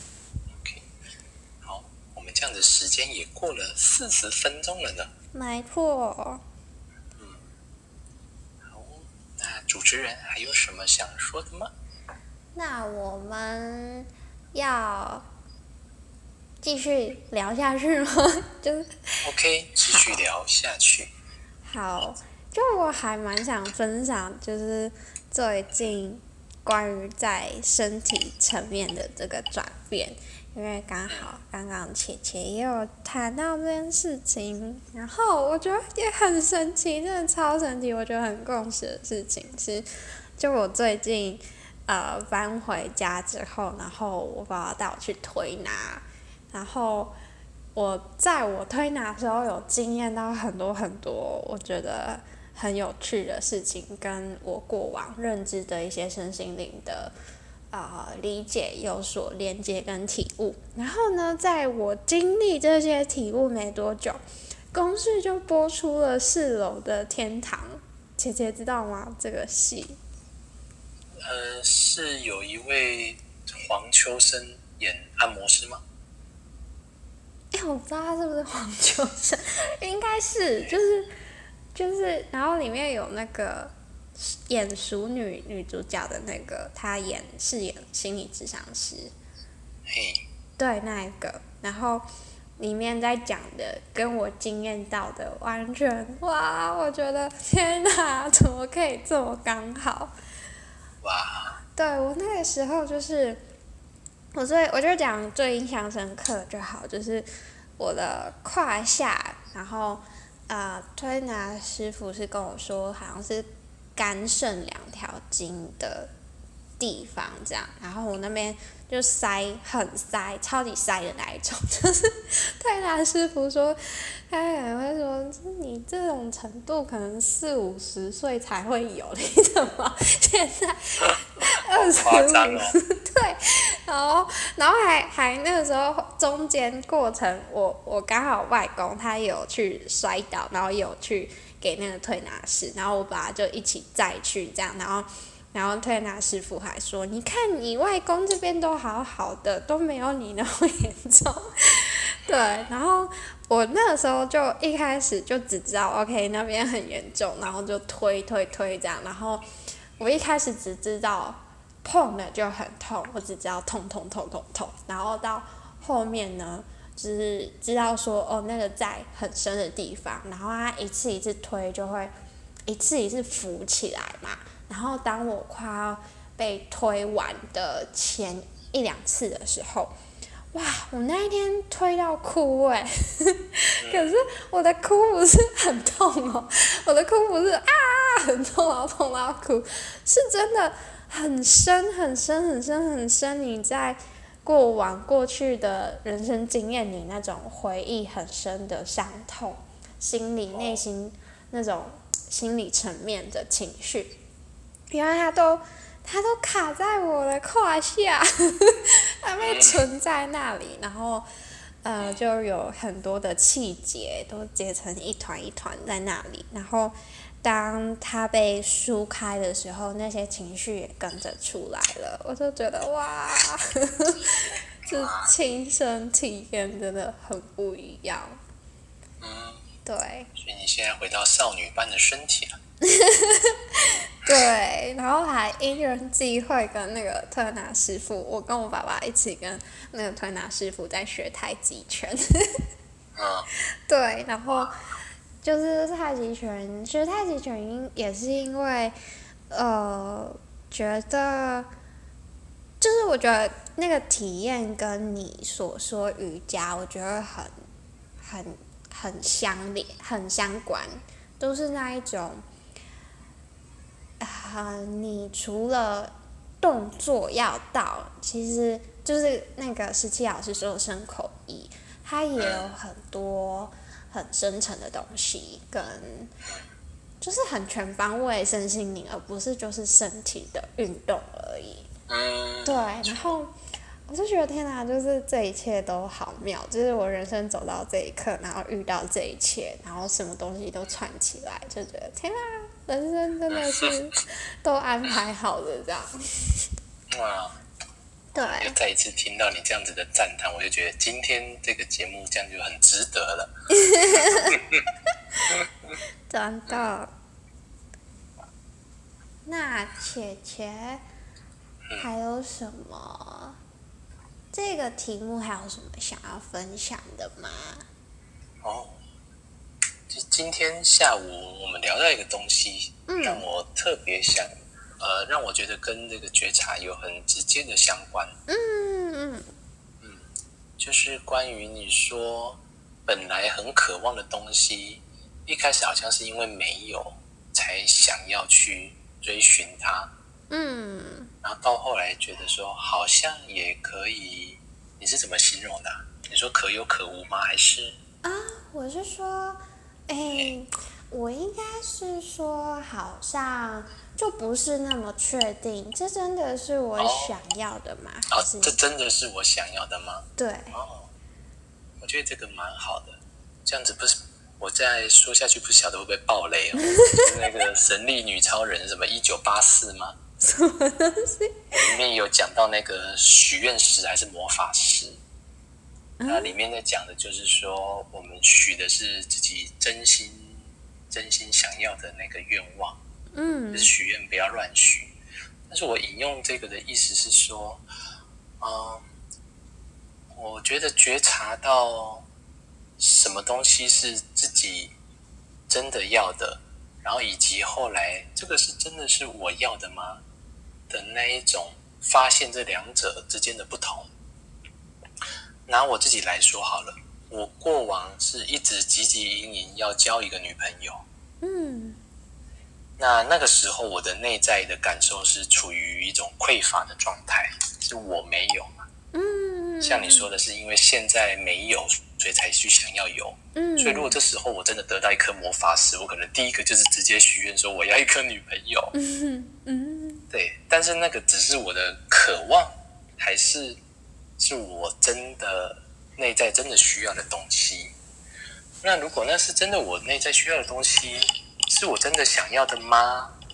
S2: OK， 好，我们这样的时间也过了四十分钟了呢。
S1: 没错。
S2: 嗯，好，那主持人还有什么想说的吗？
S1: 那我们要继续聊下去吗？就
S2: OK， 继续聊下去。
S1: 好，就我还蛮想分享，就是最近关于在身体层面的这个转变，因为刚好刚刚切切也有谈到这件事情，然后我觉得也很神奇，真的超神奇，我觉得很共识的事情是，就我最近呃搬回家之后，然后我爸爸带我去推拿。然后我在我推拿的时候有经验到很多很多我觉得很有趣的事情，跟我过往认知的一些身心灵的呃理解有所连接跟体悟。然后呢，在我经历这些体悟没多久，公视就播出了四楼的天堂，姐姐知道吗？这个戏？
S2: 呃，是有一位黄秋生演按摩师吗？
S1: 哎，我不知道他是不是黄秋生，应该是，就是就是，然后里面有那个演熟女女主角的那个，她演饰演心理咨商师，
S2: 嘿，
S1: 对那一个，然后里面在讲的跟我经验到的完全，哇，我觉得天哪，怎么可以这么刚好？
S2: 哇！
S1: 对我那个时候就是。我最我就讲最印象深刻就好，就是我的胯下，然后呃推拿师傅是跟我说，好像是肝肾两条筋的地方这样，然后我那边就塞很塞，超级塞的那一种，就是推拿师傅说，他可能会说你这种程度可能四五十岁才会有，你怎么现在二十五？对，然后然后还还那个时候中间过程，我我刚好外公他也有去摔倒，然后也有去给那个推拿师，然后我把他就一起载去这样，然后。 然后推拿师傅还说：“你看你外公这边都好好的，都没有你那么严重。”对，然后我那个时候就一开始就只知道 OK 那边很严重，然后就推推推这样，然后我一开始只知道碰了就很痛，我只知道痛痛痛痛痛，然后到后面呢，就是知道说哦那个在很深的地方，然后它一次一次推就会一次一次浮起来嘛，然后当我快要被推完的前一两次的时候。哇！我那一天推到哭哎、欸，可是我的哭不是很痛哦，我的哭不是啊很痛然后痛到哭，是真的很深很深很深很深。你在过往过去的人生经验里那种回忆很深的伤痛，心理内心那种心理层面的情绪，原来它都。它都卡在我的胯下，它被存在那里，然后呃就有很多的气结都结成一团一团在那里，然后当它被疏开的时候，那些情绪也跟着出来了，我就觉得哇，这亲身体验真的很不一样。
S2: 嗯，
S1: 对。
S2: 所以你现在回到少女般的身体了。
S1: 对，然后还因缘际会跟那个推拿师傅，我跟我爸爸一起跟那个推拿师傅在学太极拳。
S2: 嗯。
S1: 对，然后就是太极拳，学太极拳也是因为，呃，觉得，就是我觉得那个体验跟你所说瑜伽，我觉得很、很、很相连、很相关，都是那一种。呃，你除了动作要到，其实就是那个十七老师说的身口意，它也有很多很深层的东西，跟就是很全方位身心灵，而不是就是身体的运动而已。对，然后我就觉得天哪，就是这一切都好妙，就是我人生走到这一刻，然后遇到这一切，然后什么东西都串起来，就觉得天哪，人生真的是都安排好的这样。
S2: 哇！
S1: 对，
S2: 又再一次听到你这样子的赞叹，我就觉得今天这个节目这样就很值得了。
S1: 真的。那姐姐还有什么？这个题目还有什么想要分享的吗？
S2: 哦，就今天下午我们聊到一个东西，嗯、让我特别想，呃，让我觉得跟这个觉察有很直接的相关。嗯嗯嗯，就是关于你说本来很渴望的东西，一开始好像是因为没有，才想要去追寻它。嗯，然后到后来觉得说好像也可以，你是怎么形容的、啊？你说可有可无吗？还是
S1: 啊，我是说，哎、欸，我应该是说，好像就不是那么确定，这真的是我想要的吗？
S2: 哦，哦这真的是我想要的吗？
S1: 对。
S2: 哦，我觉得这个蛮好的，这样子不是。我再说下去，不晓得会不会爆雷哦。是那个神力女超人什么一九八四吗？
S1: 什么东西？
S2: 里面有讲到那个许愿石还是魔法石，那、嗯、里面在讲的就是说，我们许的是自己真心真心想要的那个愿望，嗯，就是许愿不要乱许。但是我引用这个的意思是说，嗯，我觉得觉察到。什么东西是自己真的要的，然后以及后来这个是真的是我要的吗的那一种发现这两者之间的不同。拿我自己来说好了，我过往是一直汲汲营营要交一个女朋友，嗯，那那个时候我的内在的感受是处于一种匮乏的状态，是我没有嘛，嗯，像你说的是因为现在没有。所以才去想要有，嗯，所以如果这时候我真的得到一颗魔法石，我可能第一个就是直接许愿说我要一颗女朋友，嗯嗯，对，但是那个只是我的渴望，还是是我真的内在真的需要的东西？那如果那是真的我内在需要的东西，是我真的想要的吗？那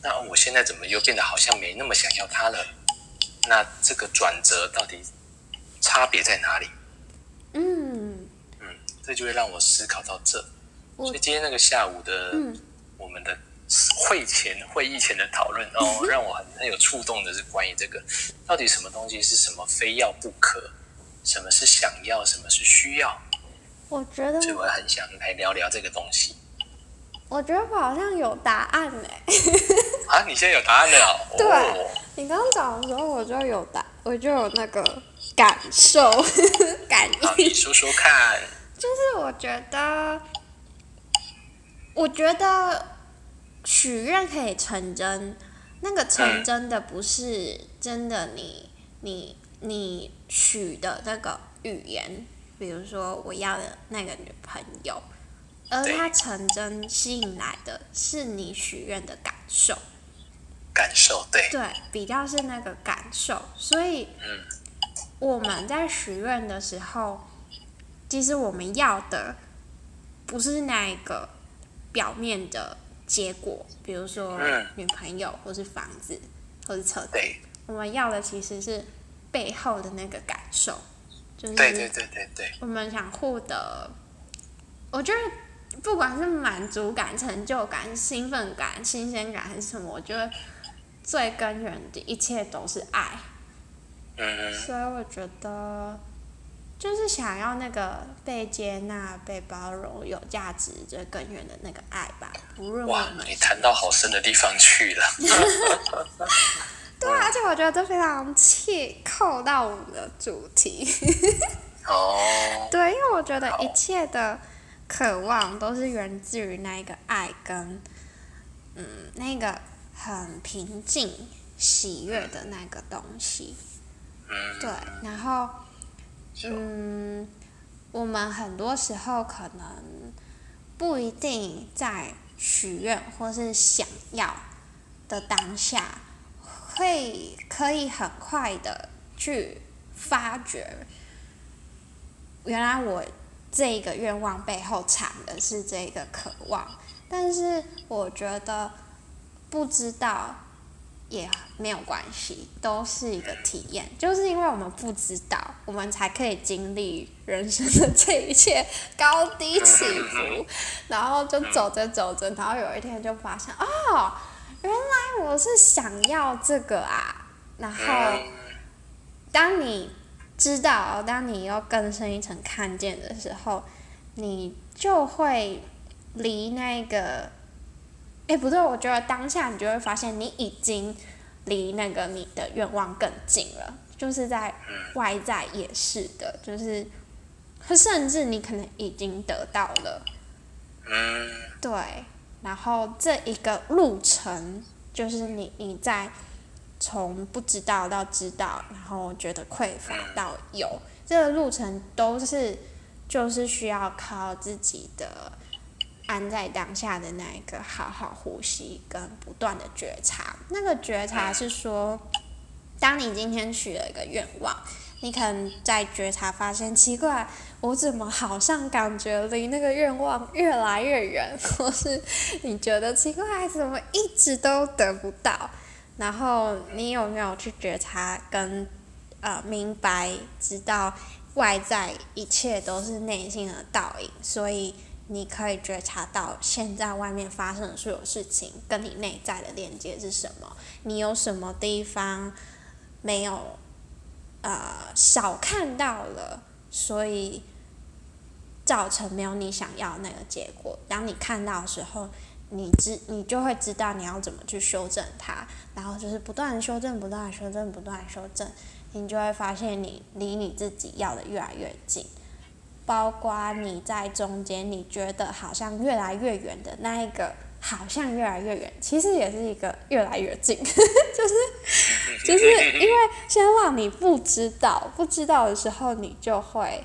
S2: 那我现在怎么又变得好像没那么想要它了？那这个转折到底差别在哪里？
S1: 嗯
S2: 嗯，这就会让我思考到这。所以今天那个下午的、
S1: 嗯、
S2: 我们的会前会议前的讨论哦，让我很很有触动的是关于这个，到底什么东西是什么非要不可，什么是想要，什么是需要。
S1: 我觉得，
S2: 所以我很想来聊聊这个东西。
S1: 我觉得我好像有答案哎、
S2: 啊，你现在有答案了哦？
S1: 对，
S2: 哦、
S1: 你刚刚讲的时候我就有答，我就有那个感受感
S2: 好，
S1: 应。
S2: 你说说看。
S1: 就是我觉得，我觉得许愿可以成真，那个成真的不是真的你你你许的那个语言，比如说我要的那个女朋友。而它成真吸引来的是你许愿的感受，
S2: 感受对，
S1: 对，比较是那个感受。所以，
S2: 嗯，
S1: 我们在许愿的时候，其实我们要的不是那一个表面的结果，比如说女朋友，或是房子，或是车子。
S2: 对，
S1: 我们要的其实是背后的那个感受，就是
S2: 对对对对对，
S1: 我们想获得，我觉得。不管是满足感、成就感、兴奋感、新鲜感还是什么，我觉得最根源的一切都是爱。
S2: 嗯，
S1: 所以我觉得就是想要那个被接纳、被包容、有价值最根源的那个爱吧。无论
S2: 哇，你谈到好深的地方去了。
S1: 对啊，而且我觉得这非常切扣到我们的主题。
S2: 哦。
S1: 对，因为我觉得一切的渴望都是源自于那一个爱跟，嗯，那个很平静、喜悦的那个东西。
S2: 嗯。
S1: 对，然后，嗯，我们很多时候可能不一定在许愿或是想要的当下，会可以很快的去发觉，原来我这个愿望背后藏的是这个渴望，但是我觉得不知道也没有关系，都是一个体验。就是因为我们不知道，我们才可以经历人生的这一切高低起伏，然后就走着走着，然后有一天就发现，哦，原来我是想要这个啊。然后，当你知道，当你又更深一层看见的时候，你就会离那个，哎，不对，我觉得当下你就会发现，你已经离那个你的愿望更近了，就是在外在也是的，就是甚至你可能已经得到了，
S2: 嗯，
S1: 对，然后这一个路程，就是你你在从不知道到知道，然后觉得匮乏到有，这个路程都是就是需要靠自己的安在当下的那一个好好呼吸跟不断的觉察。那个觉察是说，当你今天许了一个愿望，你可能在觉察发现奇怪，我怎么好像感觉离那个愿望越来越远，或是你觉得奇怪，怎么一直都得不到？然后你有没有去觉察跟呃明白，知道外在一切都是内心的倒影，所以你可以觉察到现在外面发生的所有事情跟你内在的连接是什么？你有什么地方没有呃少看到了，所以造成没有你想要的那个结果。当你看到的时候，你知你就会知道你要怎么去修正它，然后就是不断的修正，不断的修正，不断的修正，你就会发现你离你自己要的越来越近。包括你在中间你觉得好像越来越远的那一个，好像越来越远，其实也是一个越来越近，就是就是因为先让你不知道，不知道的时候，你就会，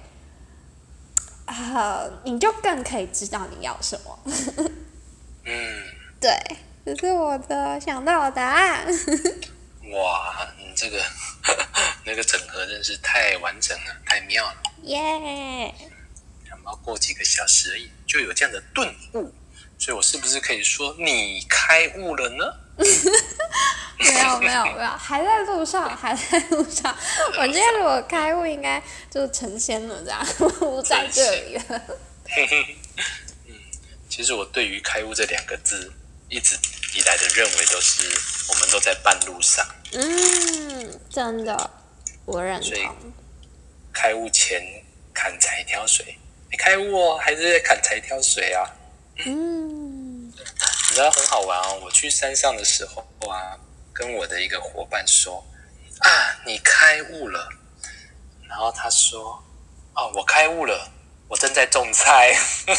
S1: 呃，你就更可以知道你要什么。
S2: 嗯，
S1: 对，这是我的想到的答案。
S2: 哇，你这个那个整合真是太完整了，太妙了。
S1: 耶、yeah ！
S2: 想不到过几个小时而已，就有这样的顿悟，所以我是不是可以说你开悟了呢？
S1: 没有没有没有，还在路上，还在路上。我今天如果开悟，应该就成仙了，这样不在这里了。
S2: 嗯，其实我对于开悟这两个字，一直以来的认为都是我们都在半路上。
S1: 嗯，真的，我认
S2: 所以
S1: 同。
S2: 开悟前砍柴挑水，你开悟哦，还是在砍柴挑水啊？
S1: 嗯，
S2: 你知道很好玩哦。我去山上的时候啊，跟我的一个伙伴说啊，你开悟了。然后他说，哦，我开悟了，我正在种菜。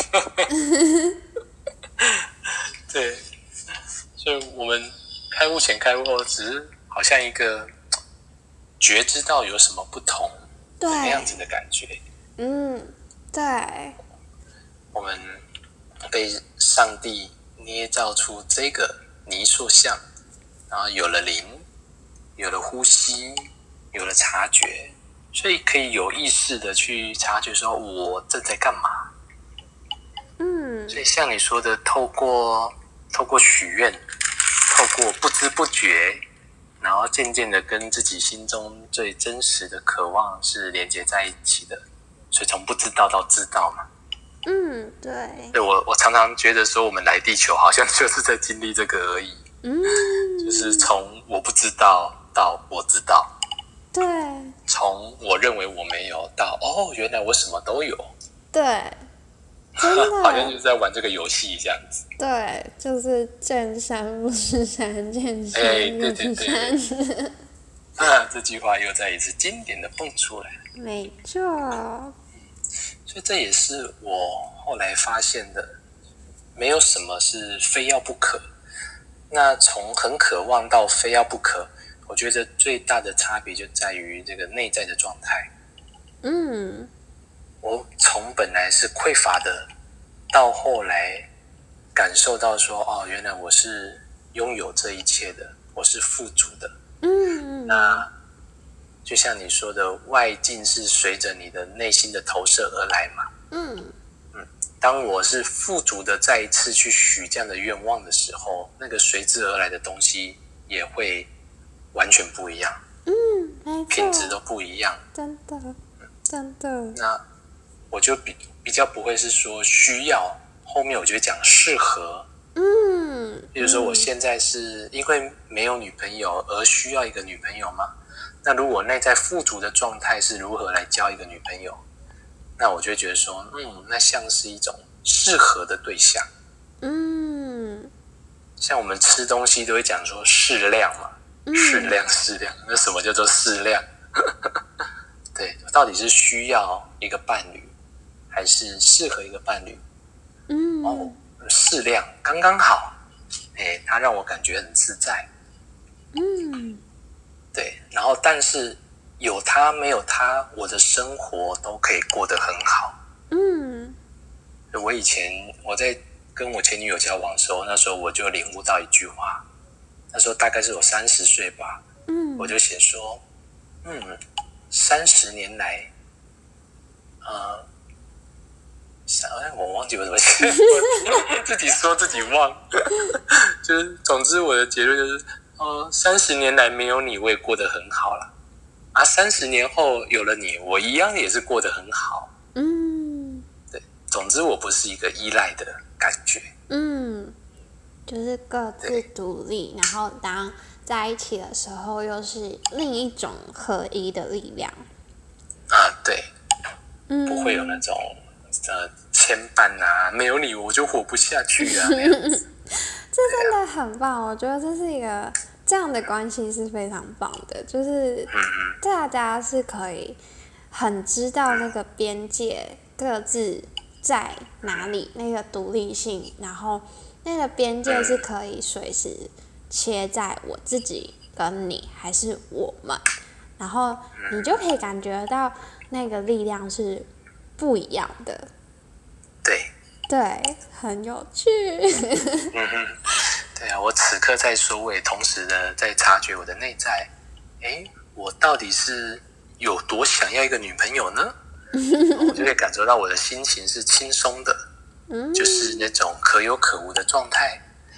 S2: 对，所以我们开悟前、开悟后，只是好像一个觉知到有什么不同，
S1: 对，
S2: 那样子的感觉。
S1: 嗯，对，
S2: 我们被上帝捏造出这个泥塑像，然后有了灵，有了呼吸，有了察觉，所以可以有意识的去察觉说我正在干嘛。
S1: 嗯，
S2: 所以像你说的，透过透过许愿，透过不知不觉，然后渐渐的跟自己心中最真实的渴望是连接在一起的，所以从不知道到知道嘛。
S1: 嗯，对，
S2: 对，我我常常觉得说，我们来地球好像就是在经历这个而已，
S1: 嗯，
S2: 就是从我不知道到我知道，
S1: 对，
S2: 从我认为我没有到哦，原来我什么都有，
S1: 对，真的，
S2: 好像就是在玩这个游戏这样子。
S1: 对，就是见山不是山，见山
S2: 哎，
S1: 不
S2: 对对
S1: 是山。
S2: 对，啊，这句话又再一次经典的蹦出来。
S1: 没错，
S2: 所以这也是我后来发现的，没有什么是非要不可。那从很渴望到非要不可，我觉得最大的差别就在于这个内在的状态。
S1: 嗯，
S2: 我从本来是匮乏的，到后来感受到说，哦，原来我是拥有这一切的，我是富足的。
S1: 嗯，
S2: 那就像你说的，外境是随着你的内心的投射而来嘛。
S1: 嗯，
S2: 嗯，当我是富足的再一次去许这样的愿望的时候，那个随之而来的东西也会完全不一样，
S1: 嗯，没错，
S2: 品质都不一样。
S1: 真的，真的，
S2: 那我就比比较不会是说需要，后面我就会讲适合。
S1: 嗯，
S2: 比如说我现在是因为没有女朋友而需要一个女朋友嘛，那如果内在富足的状态是如何来交一个女朋友，那我就会觉得说，嗯，那像是一种适合的对象。
S1: 嗯，
S2: 像我们吃东西都会讲说适量嘛，适量适量，那什么叫做适量？对，到底是需要一个伴侣，还是适合一个伴侣？
S1: 嗯，
S2: 哦，适量刚刚好，哎，它让我感觉很自在。
S1: 嗯，
S2: 对，然后但是有他没有他，我的生活都可以过得很好。
S1: 嗯，
S2: 我以前我在跟我前女友交往的时候，那时候我就领悟到一句话，那时候大概是我三十岁吧，
S1: 嗯，
S2: 我就写说，嗯，三十年来，呃，哎，我忘记我怎么写，自己说自己忘，就是总之我的结论就是，呃，三十年来没有你，我也过得很好了。啊，三十年后有了你，我一样也是过得很好。
S1: 嗯，
S2: 对，总之我不是一个依赖的感觉。
S1: 嗯，就是各自独立，然后当在一起的时候，又是另一种合一的力量。
S2: 啊，对，
S1: 嗯，
S2: 不会有那种呃牵绊啊，没有你我就活不下去啊那样子。
S1: 这真的很棒，我觉得这是一个这样的关系是非常棒的，就是大家是可以很知道那个边界各自在哪里，那个独立性，然后那个边界是可以随时切在我自己跟你还是我们，然后你就可以感觉到那个力量是不一样的。
S2: 对，
S1: 对，很有趣。
S2: 嗯哼，对啊，我此刻在说，我也同时的在察觉我的内在，诶，我到底是有多想要一个女朋友呢？我就可以感受到我的心情是轻松的，就是那种可有可无的状态。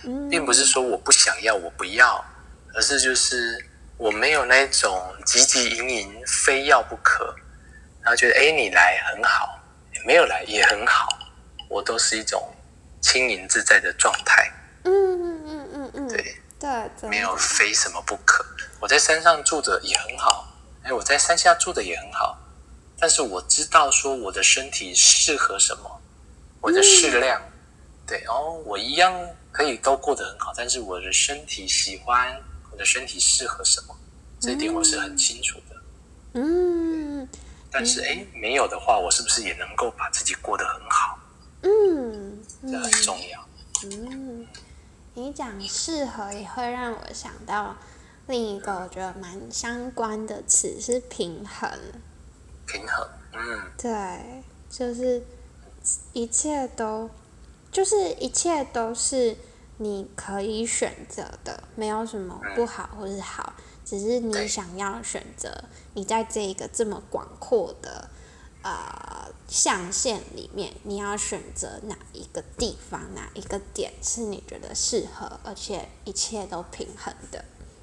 S2: 并不是说我不想要，我不要，而是就是我没有那种汲汲营营，非要不可，然后觉得哎你来很好，没有来也很好，我都是一种轻盈自在的状态。
S1: 嗯嗯嗯嗯嗯，
S2: 对
S1: 对，
S2: 没有非什么不可。我在山上住的也很好，哎，我在山下住的也很好，但是我知道说我的身体适合什么，我的适量，嗯、对哦，我一样可以都过得很好，但是我的身体喜欢，我的身体适合什么，这一点我是很清楚的。
S1: 嗯，
S2: 但是哎，没有的话，我是不是也能够把自己过得很好？
S1: 嗯，
S2: 这很重要。
S1: 嗯，你讲适合也会让我想到另一个我觉得蛮相关的词是平衡。
S2: 平衡，嗯，
S1: 对，就是一切都，就是一切都是你可以选择的，没有什么不好或是好，只是你想要选择，你在这一个这么广阔的呃象限里面，你要选择哪一个地方，哪一个点是你觉得适合，而且一切都平衡的。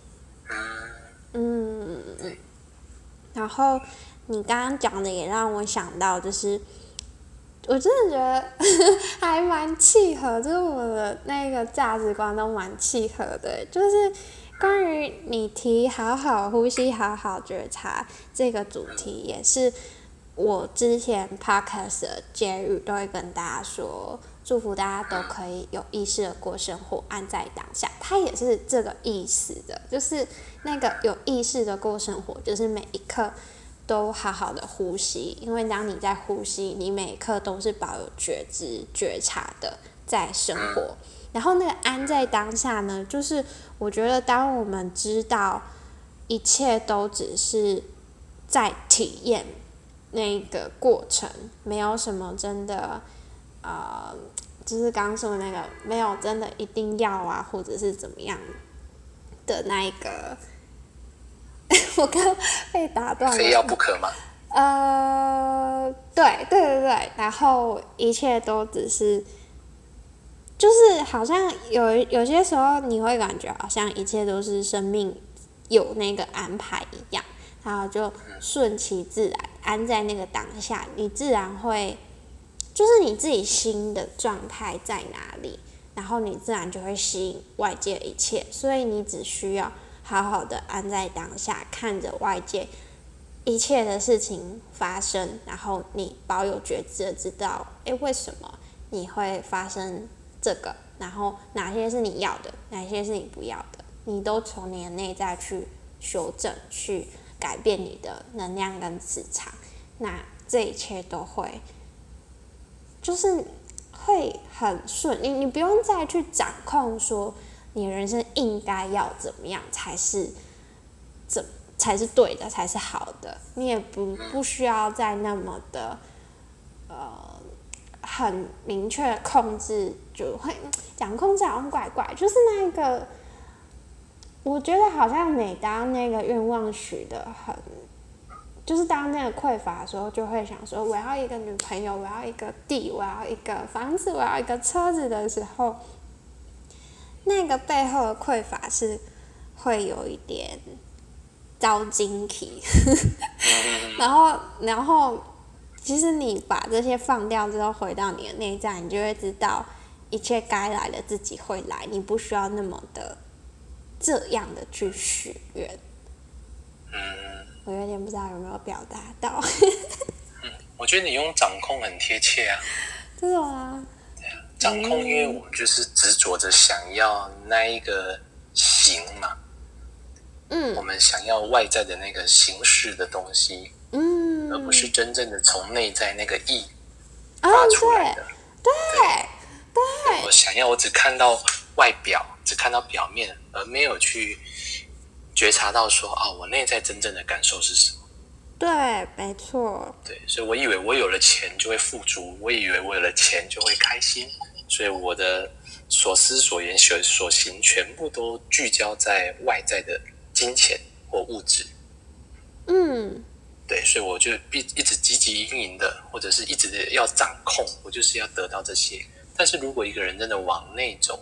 S1: 嗯嗯，然后你刚刚讲的也让我想到，就是我真的觉得还蛮契合，就是我的那个价值观都蛮契合的，就是关于你提好好呼吸、好好觉察这个主题，也是我之前 podcast 的结语都会跟大家说，祝福大家都可以有意识的过生活，安在当下。它也是这个意思的，就是那个有意识的过生活，就是每一刻都好好的呼吸，因为当你在呼吸，你每一刻都是保有觉知、觉察的在生活。然后那个安在当下呢，就是我觉得当我们知道一切都只是在体验那个过程，没有什么真的呃，就是刚刚说的那个没有真的一定要啊，或者是怎么样的那一个。我刚被打断了。
S2: 非要不可吗？
S1: 呃，对对对对，然后一切都只是，就是好像有有些时候你会感觉好像一切都是生命有那个安排一样，然后就顺其自然，安在那个当下，你自然会，就是你自己心的状态在哪里，然后你自然就会吸引外界一切，所以你只需要好好的安在当下，看着外界一切的事情发生，然后你保有觉知的知道，诶，为什么你会发生这个，然后哪些是你要的，哪些是你不要的，你都从你的内在去修正，去改变你的能量跟磁场，那这一切都会，就是会很顺，你你不用再去掌控说你的人生应该要怎么样才是怎才是对的，才是好的，你也不不需要再那么的呃很明确的控制，就会讲控制好像怪怪，就是那个，我觉得好像每当那个愿望许的很，就是当那个匮乏的时候，就会想说我要一个女朋友，我要一个地，我要一个房子，我要一个车子的时候，那个背后的匮乏是会有一点招惊体，然后然后其实你把这些放掉之后，回到你的内在，你就会知道一切该来的自己会来，你不需要那么的这样的去许愿。
S2: 嗯，
S1: 我有点不知道有没有表达到。
S2: 嗯，我觉得你用掌控很贴切啊。
S1: 真的吗？
S2: 对啊，掌控，因为我们就是执着着想要那一个形嘛。嗯，我们想要外在的那个形式的东西，嗯，而不是真正的从内在那个意发出来的。
S1: 哦、对对对，
S2: 我想要，我只看到外表，只看到表面，而没有去觉察到说啊，我内在真正的感受是什么。
S1: 对，没错。
S2: 对，所以我以为我有了钱就会富足，我以为我有了钱就会开心，所以我的所思所言所所行全部都聚焦在外在的金钱或物质。嗯，对，所以我就一一直汲汲营营的，或者是一直要掌控，我就是要得到这些。但是如果一个人真的往内走，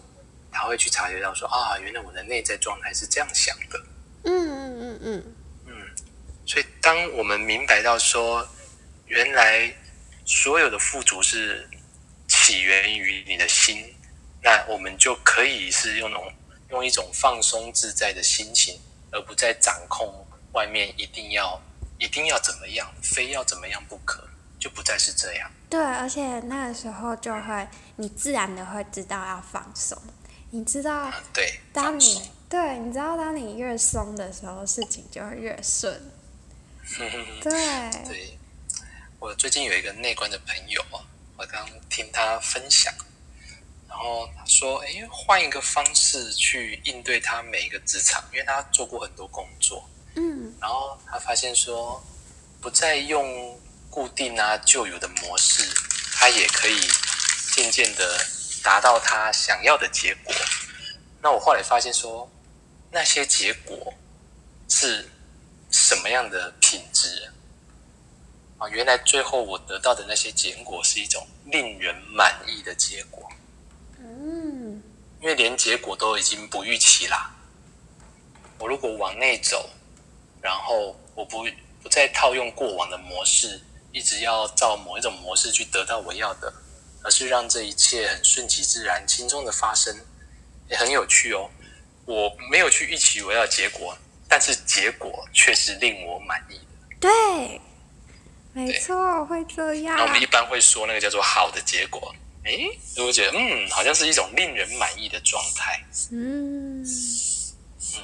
S2: 他会去察觉到说啊，原来我的内在状态是这样想的。
S1: 嗯嗯嗯嗯
S2: 嗯，所以当我们明白到说，原来所有的富足是起源于你的心，那我们就可以是用种用一种放松自在的心情，而不再掌控外面一定要一定要怎么样，非要怎么样不可，就不再是这样。
S1: 对，而且那个时候就会，你自然的会知道要放松。你知道，
S2: 嗯、对，
S1: 当你对，你知道，当你越松的时候，事情就会越顺。对，
S2: 对，我最近有一个内观的朋友，我刚听他分享，然后他说，哎，换一个方式去应对他每一个职场，因为他做过很多工作，
S1: 嗯，
S2: 然后他发现说，不再用固定啊旧有的模式，他也可以渐渐的达到他想要的结果。那我后来发现说，那些结果是什么样的品质啊？原来最后我得到的那些结果是一种令人满意的结果。
S1: 嗯，
S2: 因为连结果都已经不预期啦。我如果往内走，然后我不不再套用过往的模式，一直要照某一种模式去得到我要的，而是让这一切很顺其自然、轻松的发生，也很有趣哦。我没有去预期我要的结果，但是结果却是令我满意的。
S1: 对，没错，会这样。
S2: 那我们一般会说那个叫做好的结果。哎，就会觉得嗯，好像是一种令人满意的状态。
S1: 嗯
S2: 嗯，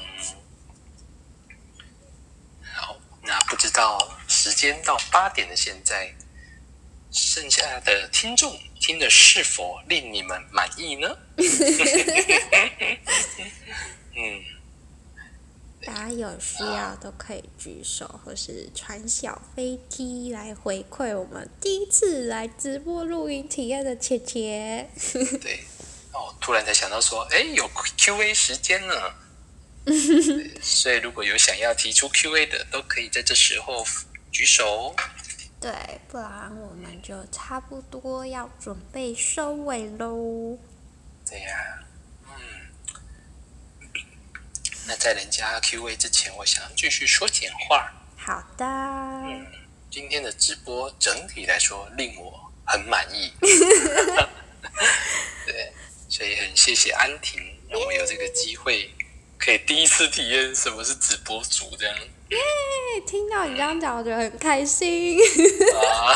S2: 好，那不知道时间到八点的现在，剩下的听众听的是否令你们满意呢？嗯，
S1: 大家有需要都可以举手，或是传小飞机来回馈我们第一次来直播录音体验的姐姐。
S2: 对，哦，突然才想到说，哎，有 Q A 时间呢。所以如果有想要提出 Q A 的，都可以在这时候举手。
S1: 对，不然我们就差不多要准备收尾喽。
S2: 对呀、啊，嗯。那在人家 Q A 之前，我想继续说点话。
S1: 好的。
S2: 嗯，今天的直播整体来说令我很满意。对，所以很谢谢安婷，让我有这个机会，可以第一次体验什么是直播主这样。
S1: 耶！听到你这样讲，我觉得很开心。
S2: 啊，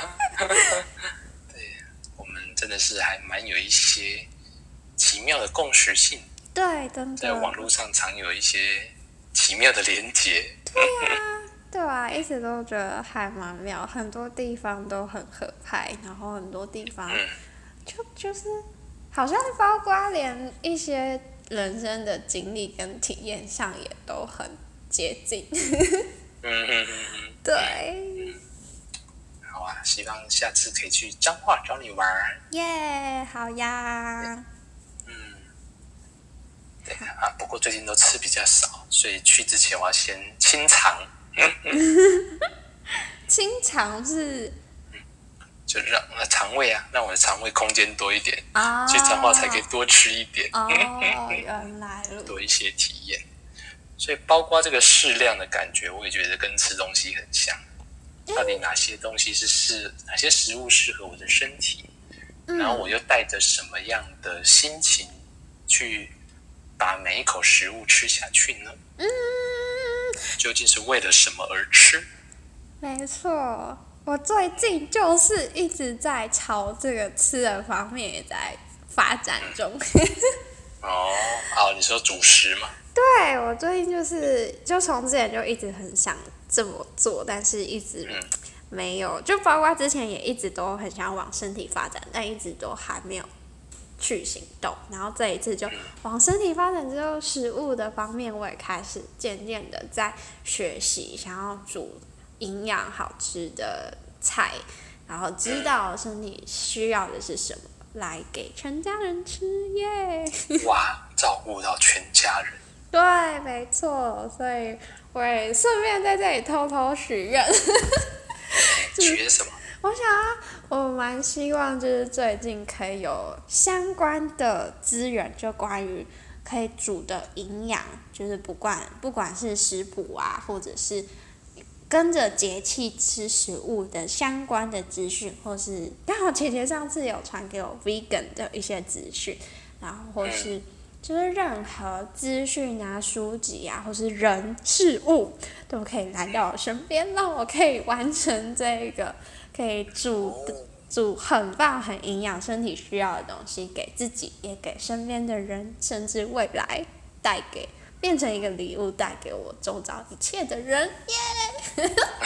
S2: 对，我们真的是还蛮有一些奇妙的共识性。
S1: 对，真的。
S2: 在网络上常有一些奇妙的连结。
S1: 对呀、啊，对啊，一直都觉得还蛮妙，很多地方都很合拍，然后很多地方就就是好像包括连一些人生的经历跟体验上也都很接近。
S2: 嗯嗯嗯嗯，
S1: 对。
S2: 嗯，好啊，希望下次可以去彰化找你玩。
S1: 耶，好呀。
S2: 嗯，对啊，不过最近都吃比较少，所以去之前我要先清肠。
S1: 清肠是？
S2: 就让肠胃啊，让我的肠胃空间多一点，
S1: 啊，
S2: 去彰化才可以多吃一点。
S1: 哦，原来如此。
S2: 多一些体验。所以包括这个适量的感觉，我也觉得跟吃东西很像。到底哪些东西是适，哪些食物适合我的身体，
S1: 嗯、
S2: 然后我又带着什么样的心情去把每一口食物吃下去呢？
S1: 嗯，
S2: 究竟是为了什么而吃？
S1: 没错，我最近就是一直在朝这个吃的方面也在发展中。
S2: 哦，好，你说主食吗？
S1: 对，我最近就是就从之前就一直很想这么做，但是一直没有，就包括之前也一直都很想往身体发展，但一直都还没有去行动。然后这一次就往身体发展之后，食物的方面我也开始渐渐的在学习，想要煮营养好吃的菜，然后知道身体需要的是什么，来给全家人吃耶。
S2: 哇，照顾到全家人。
S1: 对，没错，所以我也顺便在这里偷偷许愿。
S2: 许愿什么？
S1: 我想啊，我蛮希望就是最近可以有相关的资源，就关于可以煮的营养，就是不管不管是食谱啊，或者是跟着节气吃食物的相关的资讯，或是刚好姐姐上次有传给我 vegan 的一些资讯，然后或是就是任何资讯啊、书籍啊，或是人事物，都可以来到我身边，让我可以完成这个可以煮煮很棒、很营养、身体需要的东西，给自己，也给身边的人，甚至未来带给。变成一个礼物带给我周遭一切的人，耶、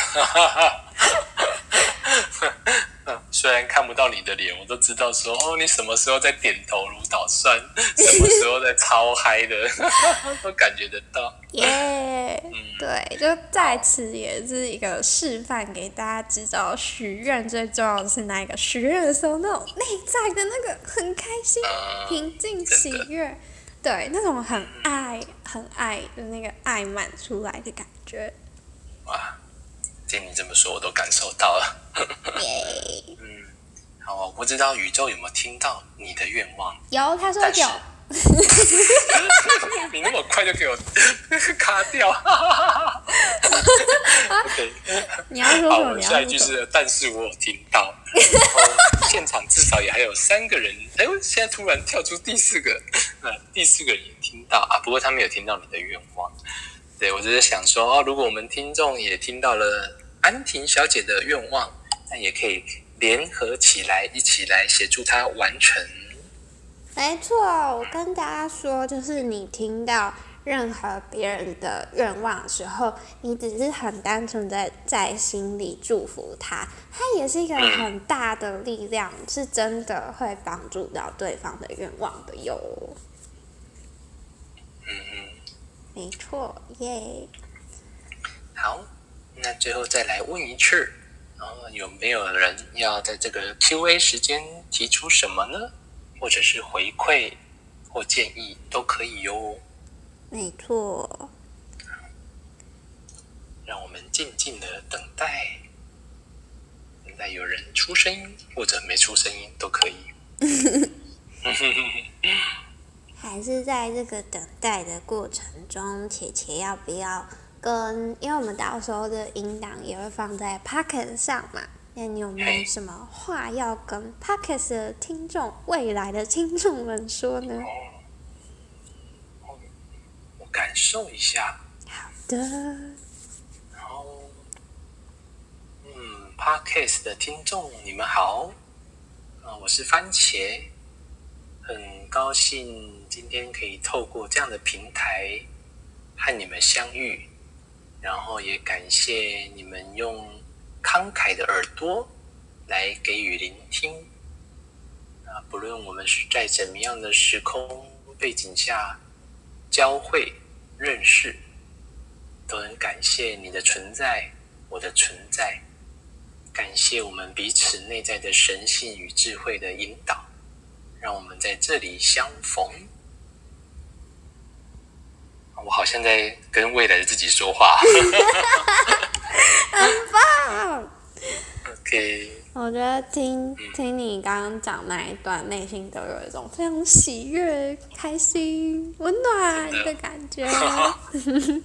S2: yeah! 虽然看不到你的脸，我都知道说哦，你什么时候在点头如捣蒜，什么时候在超嗨的，都感觉得到。
S1: 耶、yeah, 嗯，对，就在此也是一个示范给大家知道，许愿最重要的是哪一个？许愿的时候那种内在的那个很开心、嗯、平静、喜悦。对，那种很爱、很爱的那个爱满出来的感觉。
S2: 哇，听你这么说，我都感受到了。
S1: 耶
S2: 嗯，好，我不知道宇宙有没有听到你的愿望。
S1: 有，他说有。
S2: 你那么快就给我卡掉。OK，
S1: 你要说什么？
S2: 好，我下一句是，但是我有听到。现场至少也还有三个人，哎，现在突然跳出第四个，呃，第四个人也听到啊，不过他没有听到你的愿望。对，我只是想说，哦，如果我们听众也听到了安婷小姐的愿望，那也可以联合起来，一起来协助她完成。
S1: 没错，我跟大家说，就是你听到任何别人的愿望的时候，你只是很单纯的在心里祝福他，他也是一个很大的力量，嗯、是真的会帮助到对方的愿望的哟。
S2: 嗯嗯，
S1: 没错，耶。
S2: 好，那最后再来问一次，然后有没有人要在这个 Q A 时间提出什么呢？或者是回馈或建议都可以哟。
S1: 没错。
S2: 让我们静静的等待，等待有人出声音或者没出声音都可以。
S1: 还是在这个等待的过程中，茄茄要不要跟？因为我们到时候的音档也会放在 Podcast 上嘛。那你有没有什么话要跟 Podcast 的听众、未来的听众们说呢？
S2: 哦，我感受一下。
S1: 好的。
S2: 然后，嗯 ，Podcast 的听众你们好，啊，我是番茄，很高兴今天可以透过这样的平台和你们相遇，然后也感谢你们用慷慨的耳朵来给予聆听啊，不论我们是在怎么样的时空背景下交汇认识，都很感谢你的存在，我的存在，感谢我们彼此内在的神性与智慧的引导，让我们在这里相逢。我好像在跟未来的自己说话。
S1: 很棒。
S2: OK，
S1: 我觉得听听你刚刚讲那一段，内心都有一种非常喜悦、开心、温暖的感觉。
S2: OK，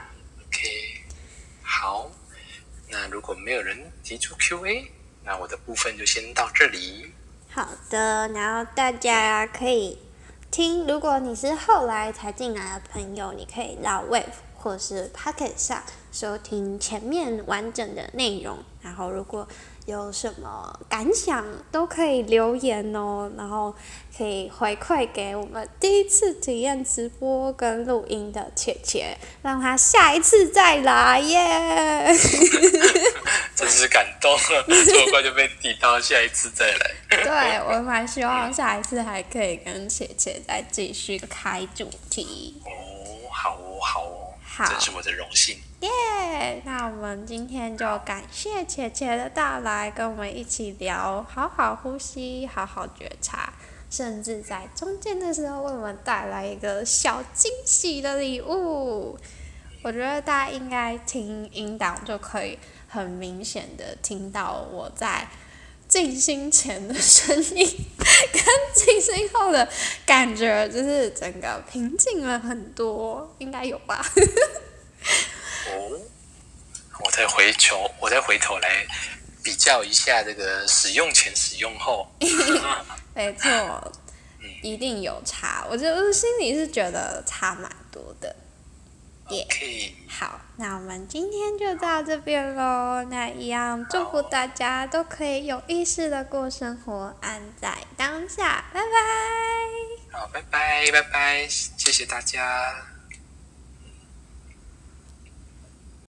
S2: 好，那如果没有人提出 Q A， 那我的部分就先到这里。
S1: 好的，然后大家可以听，如果你是后来才进来的朋友，你可以到 Wave 或是 Pocket 上收听前面完整的内容，然后如果有什么感想都可以留言哦，然后可以回馈给我们第一次体验直播跟录音的茄茄，让他下一次再来耶！
S2: 真是感动了，这么快就被提到下一次再来。
S1: 对，我蛮希望下一次还可以跟茄茄再继续开主题。
S2: 哦，好哦，好哦，
S1: 好，
S2: 这是我的荣幸。
S1: 耶、yeah, 那我们今天就感谢茄茄的到来，跟我们一起聊好好呼吸，好好觉察，甚至在中间的时候为我们带来一个小惊喜的礼物。我觉得大家应该听音档就可以很明显的听到我在静心前的声音，跟静心后的感觉，就是整个平静了很多，应该有吧？
S2: 哦，我再回球，我再回头来比较一下这个使用前、使用后。
S1: 没错，一定有差。我就心里是觉得差蛮多的。耶、
S2: OK，
S1: 好，那我们今天就到这边咯。那一样祝福大家都可以有意识的过生活，安在当下。拜拜。
S2: 好，拜拜，拜拜，谢谢大家。